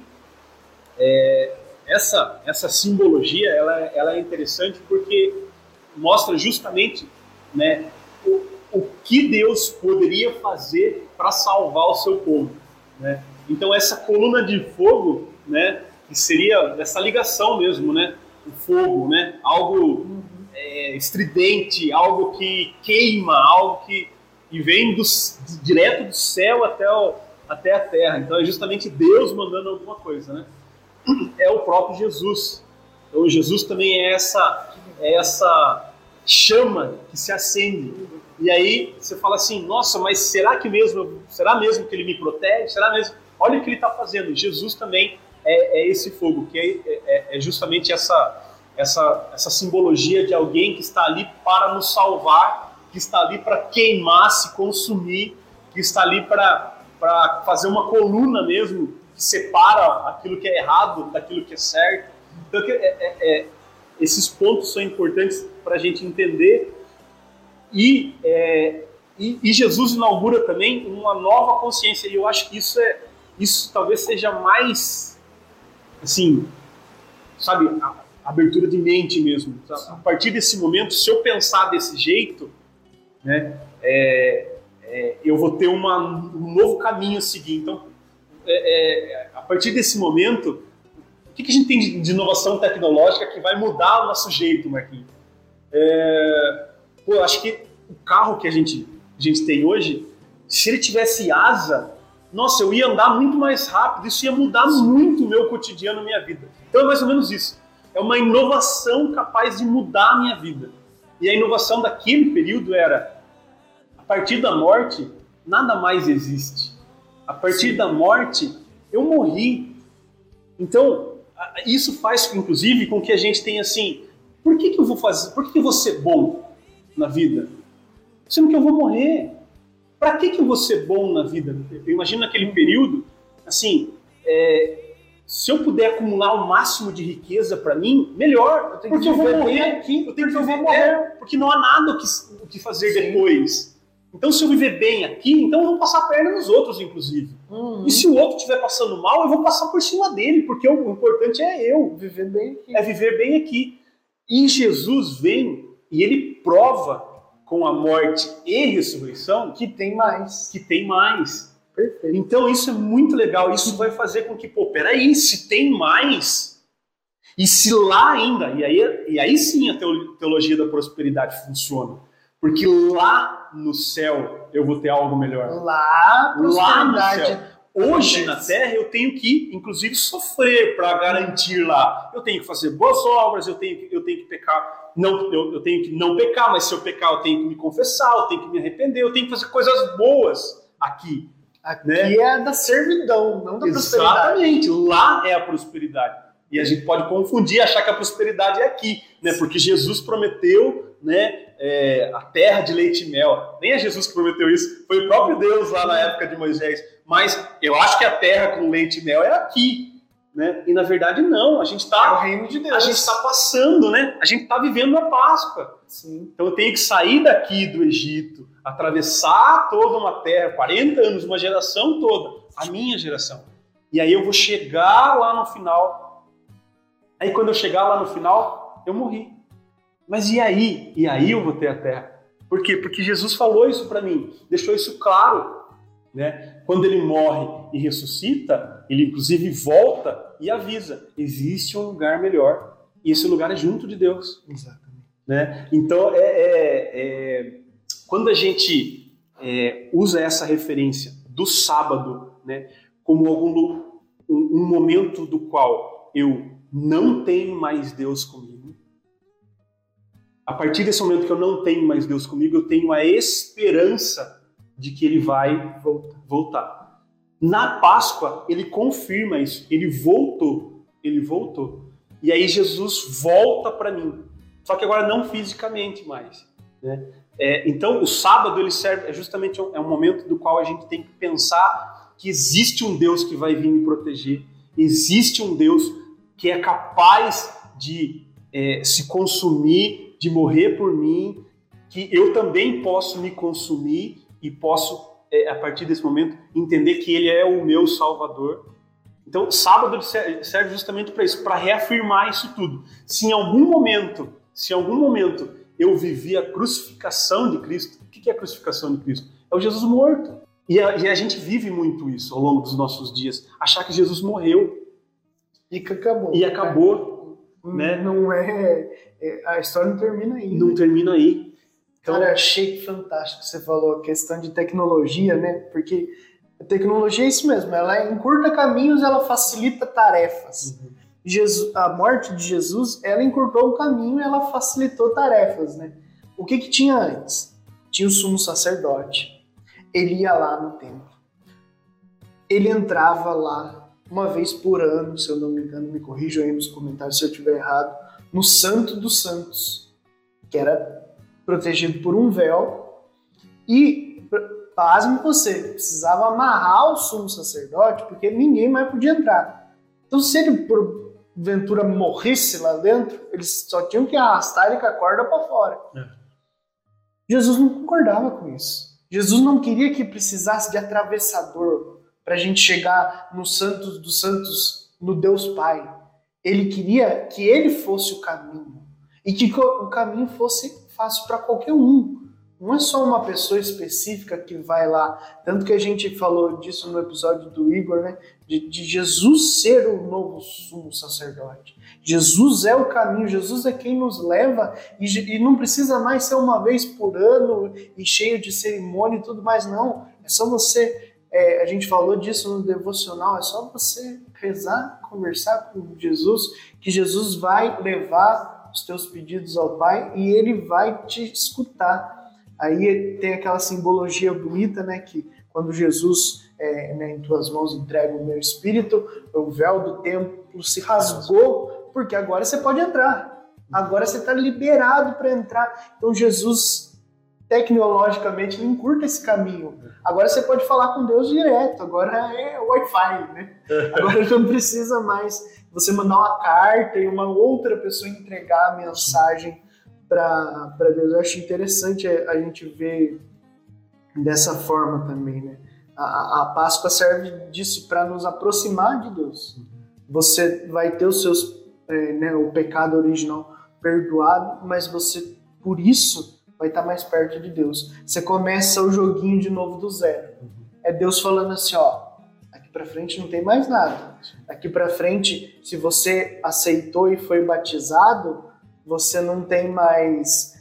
essa simbologia ela é interessante porque mostra justamente, né, o que Deus poderia fazer para salvar o seu povo, né? Então essa coluna de fogo, né, que seria essa ligação mesmo, né, o fogo, né, algo estridente, algo que queima, algo que vem direto do céu até a terra. Então é justamente Deus mandando alguma coisa, né? É o próprio Jesus. Então Jesus também é essa chama que se acende. E aí você fala assim, nossa, mas será mesmo que ele me protege? Será mesmo? Olha o que ele está fazendo. Jesus também é esse fogo, que é justamente essa simbologia de alguém que está ali para nos salvar, que está ali para queimar, se consumir, que está ali para fazer uma coluna mesmo, que separa aquilo que é errado daquilo que é certo. Então, esses pontos são importantes para a gente entender. E Jesus inaugura também uma nova consciência, e eu acho que isso talvez seja mais, assim, sabe, a abertura de mente mesmo. A partir desse momento, se eu pensar desse jeito, né, eu vou ter um novo caminho a seguir. Então, a partir desse momento, o que a gente tem de inovação tecnológica que vai mudar o nosso jeito, Marquinhos? Eu acho que o carro que a gente tem hoje, se ele tivesse asa, nossa, eu ia andar muito mais rápido, isso ia mudar muito o meu cotidiano, a minha vida. Então é mais ou menos isso. É uma inovação capaz de mudar a minha vida. E a inovação daquele período era, a partir da morte, nada mais existe. A partir da morte, eu morri. Então, isso faz, inclusive, com que a gente tenha assim, por que eu vou fazer? Por que eu vou ser bom na vida? Sendo que eu vou morrer. Para que eu vou ser bom na vida? Eu imagino naquele período, assim, se eu puder acumular o máximo de riqueza para mim, melhor, porque eu vou morrer aqui. Eu vou morrer, porque não há nada o que fazer depois. Então, se eu viver bem aqui, então eu vou passar a perna nos outros, inclusive. E se o outro estiver passando mal, eu vou passar por cima dele, porque o importante é eu. Viver bem aqui. É viver bem aqui. E Jesus vem e ele prova com a morte e ressurreição que tem mais. Perfeito. Então isso é muito legal. Isso vai fazer com que, peraí, se tem mais, e se lá ainda, e aí sim a teologia da prosperidade funciona. Porque lá no céu eu vou ter algo melhor. Lá no céu. Hoje na terra eu tenho que, inclusive, sofrer para garantir lá. Eu tenho que fazer boas obras, eu tenho que pecar. Não, eu tenho que não pecar, mas se eu pecar eu tenho que me confessar, eu tenho que me arrepender, eu tenho que fazer coisas boas aqui. Aqui, né? É da servidão, não da prosperidade. Exatamente, lá é a prosperidade. E a gente pode confundir, achar que a prosperidade é aqui, né? Porque Jesus prometeu, né, a terra de leite e mel. Nem é Jesus que prometeu isso, foi o próprio Deus lá na época de Moisés. Mas eu acho que a terra com leite e mel é aqui, né? E na verdade não, a gente está É o reino de Deus. A gente está passando, né? A gente está vivendo a Páscoa. Sim. Então eu tenho que sair daqui do Egito, atravessar toda uma terra, 40 anos, uma geração toda, a minha geração. E aí eu vou chegar lá no final. Aí quando eu chegar lá no final, eu morri. Mas e aí? E aí eu vou ter a terra. Por quê? Porque Jesus falou isso para mim, deixou isso claro, né? Quando ele morre e ressuscita, ele inclusive volta e avisa, existe um lugar melhor. E esse lugar é junto de Deus. Exatamente. Né? Então, quando a gente usa essa referência do sábado, né, como um momento do qual eu não tenho mais Deus comigo, a partir desse momento que eu não tenho mais Deus comigo, eu tenho a esperança de que ele vai voltar. Na Páscoa, ele confirma isso. Ele voltou. E aí Jesus volta para mim. Só que agora não fisicamente mais. Né? Então, o sábado ele serve, justamente um momento do qual a gente tem que pensar que existe um Deus que vai vir me proteger. Existe um Deus que é capaz de se consumir, de morrer por mim, que eu também posso me consumir e posso, a partir desse momento, entender que ele é o meu Salvador. Então, o sábado serve justamente para isso, para reafirmar isso tudo. Se em algum momento eu vivi a crucificação de Cristo, o que é a crucificação de Cristo? É o Jesus morto. E a gente vive muito isso ao longo dos nossos dias, achar que Jesus morreu. E que acabou. E acabou. Né? Não a história não termina aí. Não termina aí. Então, cara, achei fantástico que você falou a questão de tecnologia, né? Porque a tecnologia é isso mesmo, ela encurta caminhos, ela facilita tarefas. Uhum. A morte de Jesus, ela encurtou o caminho e ela facilitou tarefas, né? O que tinha antes? Tinha o sumo sacerdote. Ele ia lá no templo. Ele entrava lá uma vez por ano, se eu não me engano, me corrijam aí nos comentários se eu estiver errado, no Santo dos Santos, que era protegido por um véu, e, pasme você, precisava amarrar o sumo sacerdote, porque ninguém mais podia entrar. Então, se ele, porventura, morresse lá dentro, eles só tinham que arrastar ele com a corda para fora. Jesus não concordava com isso. Jesus não queria que precisasse de atravessador para a gente chegar no Santos dos Santos, no Deus Pai. Ele queria que ele fosse o caminho e que o caminho fosse fácil para qualquer um. Não é só uma pessoa específica que vai lá. Tanto que a gente falou disso no episódio do Igor, né? De Jesus ser o novo sumo sacerdote. Jesus é o caminho, Jesus é quem nos leva e não precisa mais ser uma vez por ano e cheio de cerimônia e tudo mais, não. É só você... a gente falou disso no devocional, é só você rezar, conversar com Jesus, que Jesus vai levar os teus pedidos ao Pai e ele vai te escutar. Aí tem aquela simbologia bonita, né, que quando Jesus, em tuas mãos entrega o meu espírito, o véu do templo se rasgou, porque agora você pode entrar, agora você está liberado para entrar. Então Jesus, tecnologicamente, ele encurta esse caminho. Agora você pode falar com Deus direto, agora é Wi-Fi, né? Agora não precisa mais você mandar uma carta e uma outra pessoa entregar a mensagem para Deus. Eu acho interessante a gente ver dessa forma também, né? A Páscoa serve disso para nos aproximar de Deus. Você vai ter os seus, o pecado original perdoado, mas você, por isso, vai estar mais perto de Deus. Você começa o joguinho de novo do zero. É Deus falando assim, daqui para frente não tem mais nada. Daqui para frente, se você aceitou e foi batizado, você não tem mais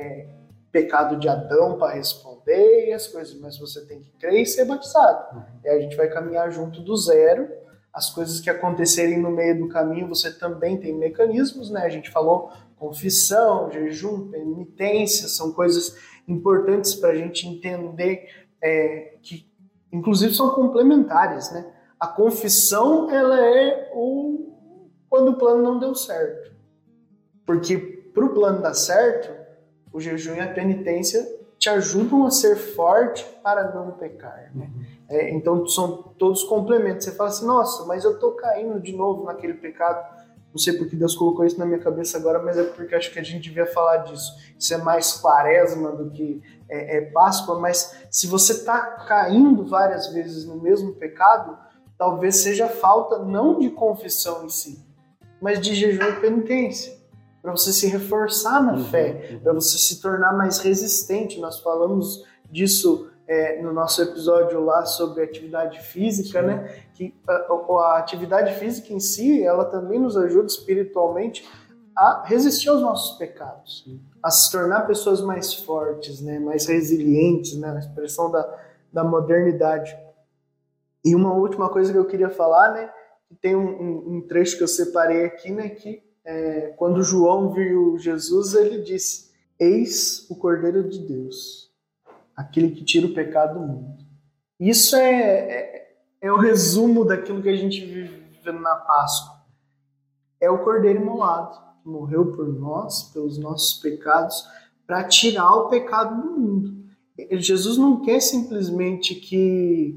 pecado de Adão para responder e as coisas, mas você tem que crer e ser batizado. E aí a gente vai caminhar junto do zero. As coisas que acontecerem no meio do caminho, você também tem mecanismos, né? A gente falou confissão, jejum, penitência, são coisas importantes para a gente entender que, inclusive, são complementares, né? A confissão, ela é quando o plano não deu certo. Porque para o plano dar certo, o jejum e a penitência te ajudam a ser forte para não pecar, né? Então são todos complementos. Você fala assim, nossa, mas eu tô caindo de novo naquele pecado. Não sei porque Deus colocou isso na minha cabeça agora, mas é porque acho que a gente devia falar disso. Isso é mais quaresma do que Páscoa, mas se você está caindo várias vezes no mesmo pecado, talvez seja falta não de confissão em si, mas de jejum e penitência, para você se reforçar na fé, para você se tornar mais resistente. Nós falamos disso no nosso episódio lá sobre atividade física, né? Que a atividade física em si, ela também nos ajuda espiritualmente a resistir aos nossos pecados, a se tornar pessoas mais fortes, né? Mais resilientes, né? A expressão da modernidade. E uma última coisa que eu queria falar, né? Tem um trecho que eu separei aqui, né? Que quando João viu Jesus, ele disse: "Eis o Cordeiro de Deus, aquele que tira o pecado do mundo." Isso é o resumo daquilo que a gente vive na Páscoa. É o Cordeiro imolado, que morreu por nós, pelos nossos pecados, para tirar o pecado do mundo. Jesus não quer simplesmente que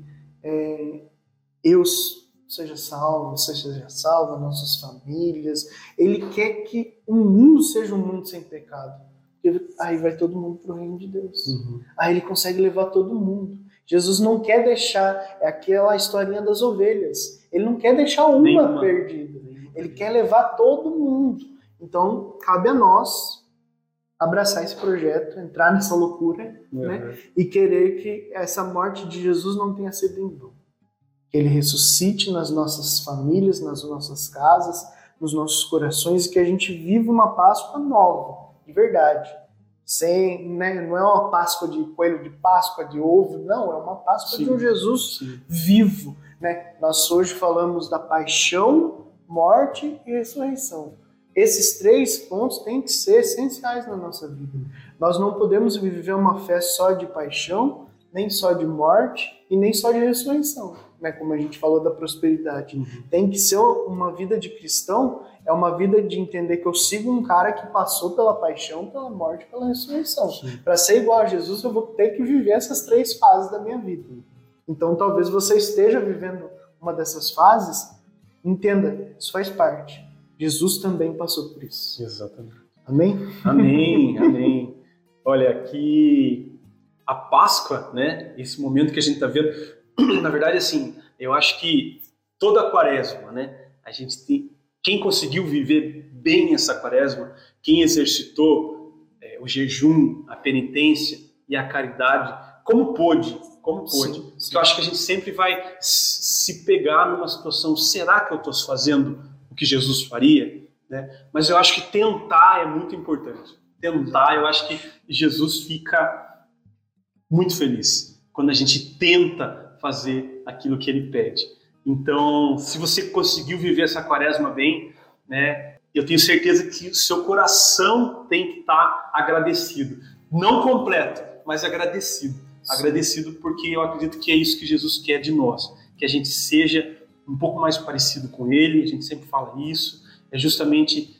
eu seja salvo, você seja salvo, nossas famílias. Ele quer que o mundo seja um mundo sem pecado. Aí vai todo mundo pro reino de Deus. Aí ele consegue levar todo mundo. Jesus não quer deixar aquela historinha das ovelhas. Ele não quer deixar uma perdida. Ele quer levar todo mundo. Então, cabe a nós abraçar esse projeto, entrar nessa loucura, né? E querer que essa morte de Jesus não tenha sido em vão. Que ele ressuscite nas nossas famílias, nas nossas casas, nos nossos corações, e que a gente viva uma Páscoa nova, de verdade. Sem, né, não é uma Páscoa de coelho de Páscoa, de ovo, não, é uma Páscoa de um Jesus vivo, né? Nós hoje falamos da paixão, morte e ressurreição. Esses 3 pontos têm que ser essenciais na nossa vida. Nós não podemos viver uma fé só de paixão, nem só de morte e nem só de ressurreição, né? Como a gente falou da prosperidade. Tem que ser uma vida de cristão, é uma vida de entender que eu sigo um cara que passou pela paixão, pela morte, pela ressurreição. Para ser igual a Jesus, eu vou ter que viver essas 3 fases da minha vida. Então talvez você esteja vivendo uma dessas fases, entenda, isso faz parte. Jesus também passou por isso. Exatamente. Amém? Amém, amém. Olha, aqui a Páscoa, né? Esse momento que a gente está vendo, na verdade, assim, eu acho que toda a Quaresma, né? A gente tem, quem conseguiu viver bem essa Quaresma, quem exercitou o jejum, a penitência e a caridade, como pôde. Sim. Porque eu acho que a gente sempre vai se pegar numa situação, será que eu estou fazendo o que Jesus faria? Né? Mas eu acho que tentar é muito importante. Tentar, eu acho que Jesus fica muito feliz quando a gente tenta fazer aquilo que ele pede. Então, se você conseguiu viver essa Quaresma bem, né, eu tenho certeza que o seu coração tem que estar agradecido. Não completo, mas agradecido. Agradecido porque eu acredito que é isso que Jesus quer de nós. Que a gente seja um pouco mais parecido com ele, a gente sempre fala isso. É justamente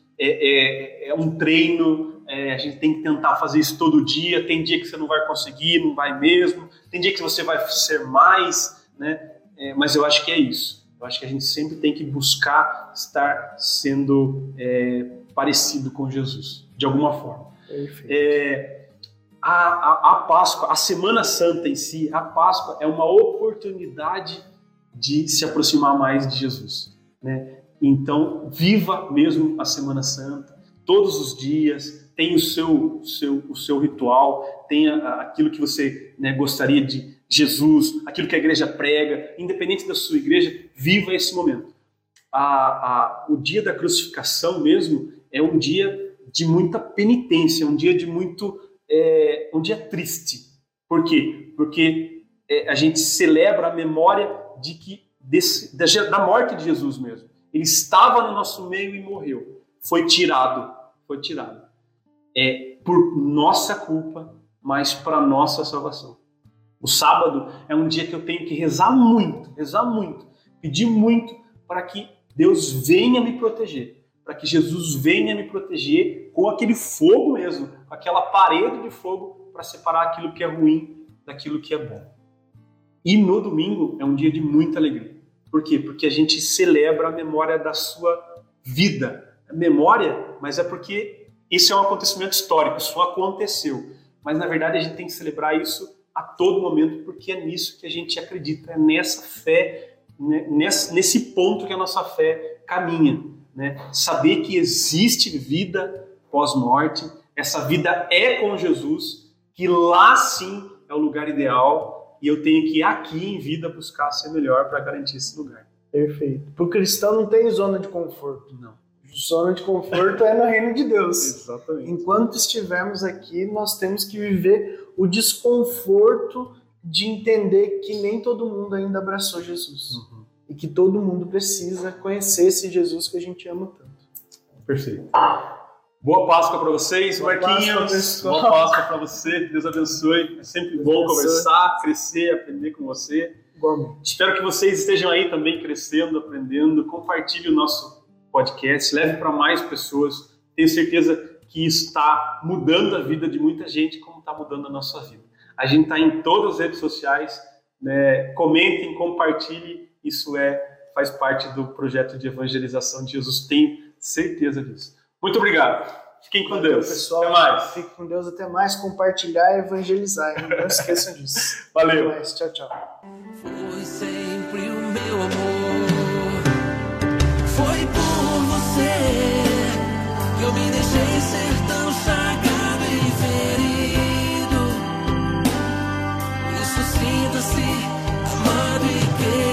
um treino, a gente tem que tentar fazer isso todo dia. Tem dia que você não vai conseguir, não vai mesmo. Tem dia que você vai ser mais, né? Mas eu acho que é isso. Eu acho que a gente sempre tem que buscar estar sendo parecido com Jesus, de alguma forma. A Páscoa, a Semana Santa em si, a Páscoa é uma oportunidade de se aproximar mais de Jesus, né? Então, viva mesmo a Semana Santa, todos os dias, tem o seu ritual, tem aquilo que você, né, gostaria de Jesus, aquilo que a igreja prega, independente da sua igreja, viva esse momento. O dia da crucificação mesmo é um dia de muita penitência, um dia de muito... um dia triste. Por quê? Porque a gente celebra a memória da morte de Jesus mesmo. Ele estava no nosso meio e morreu. Foi tirado. Por nossa culpa, mas para nossa salvação. O sábado é um dia que eu tenho que rezar muito, pedir muito para que Deus venha me proteger. para que Jesus venha me proteger com aquele fogo mesmo, com aquela parede de fogo para separar aquilo que é ruim daquilo que é bom. E no domingo é um dia de muita alegria. Por quê? Porque a gente celebra a memória da sua vida. A memória, mas é porque isso é um acontecimento histórico, isso aconteceu. Mas na verdade a gente tem que celebrar isso a todo momento, porque é nisso que a gente acredita, é nessa fé, nesse ponto que a nossa fé caminha. Né? Saber que existe vida pós-morte, essa vida é com Jesus, que lá sim é o lugar ideal e eu tenho que ir aqui em vida buscar ser melhor para garantir esse lugar. Perfeito. Para o cristão não tem zona de conforto. Não. Zona de conforto é no reino de Deus. Exatamente. Enquanto estivermos aqui, nós temos que viver o desconforto de entender que nem todo mundo ainda abraçou Jesus. E que todo mundo precisa conhecer esse Jesus que a gente ama tanto. Perfeito. Boa Páscoa para vocês, Boa Marquinhos. Páscoa, Boa Páscoa para você. Que Deus abençoe. É sempre bom conversar, crescer, aprender com você. Igualmente. Espero que vocês estejam aí também crescendo, aprendendo. Compartilhe o nosso podcast, leve para mais pessoas. Tenho certeza que isso está mudando a vida de muita gente, como está mudando a nossa vida. A gente está em todas as redes sociais. Né? Comentem, compartilhem. Isso faz parte do projeto de evangelização de Jesus. Tenho certeza disso. Muito obrigado. Fiquem com Deus. Pessoal, até mais. Fiquem com Deus. Até mais. Compartilhar e evangelizar. Hein? Não esqueçam disso. Valeu. Até mais. Tchau, tchau. Foi sempre o meu amor. Foi por você que eu me deixei ser tão chagado e ferido. Isso sinta-se amado e querido.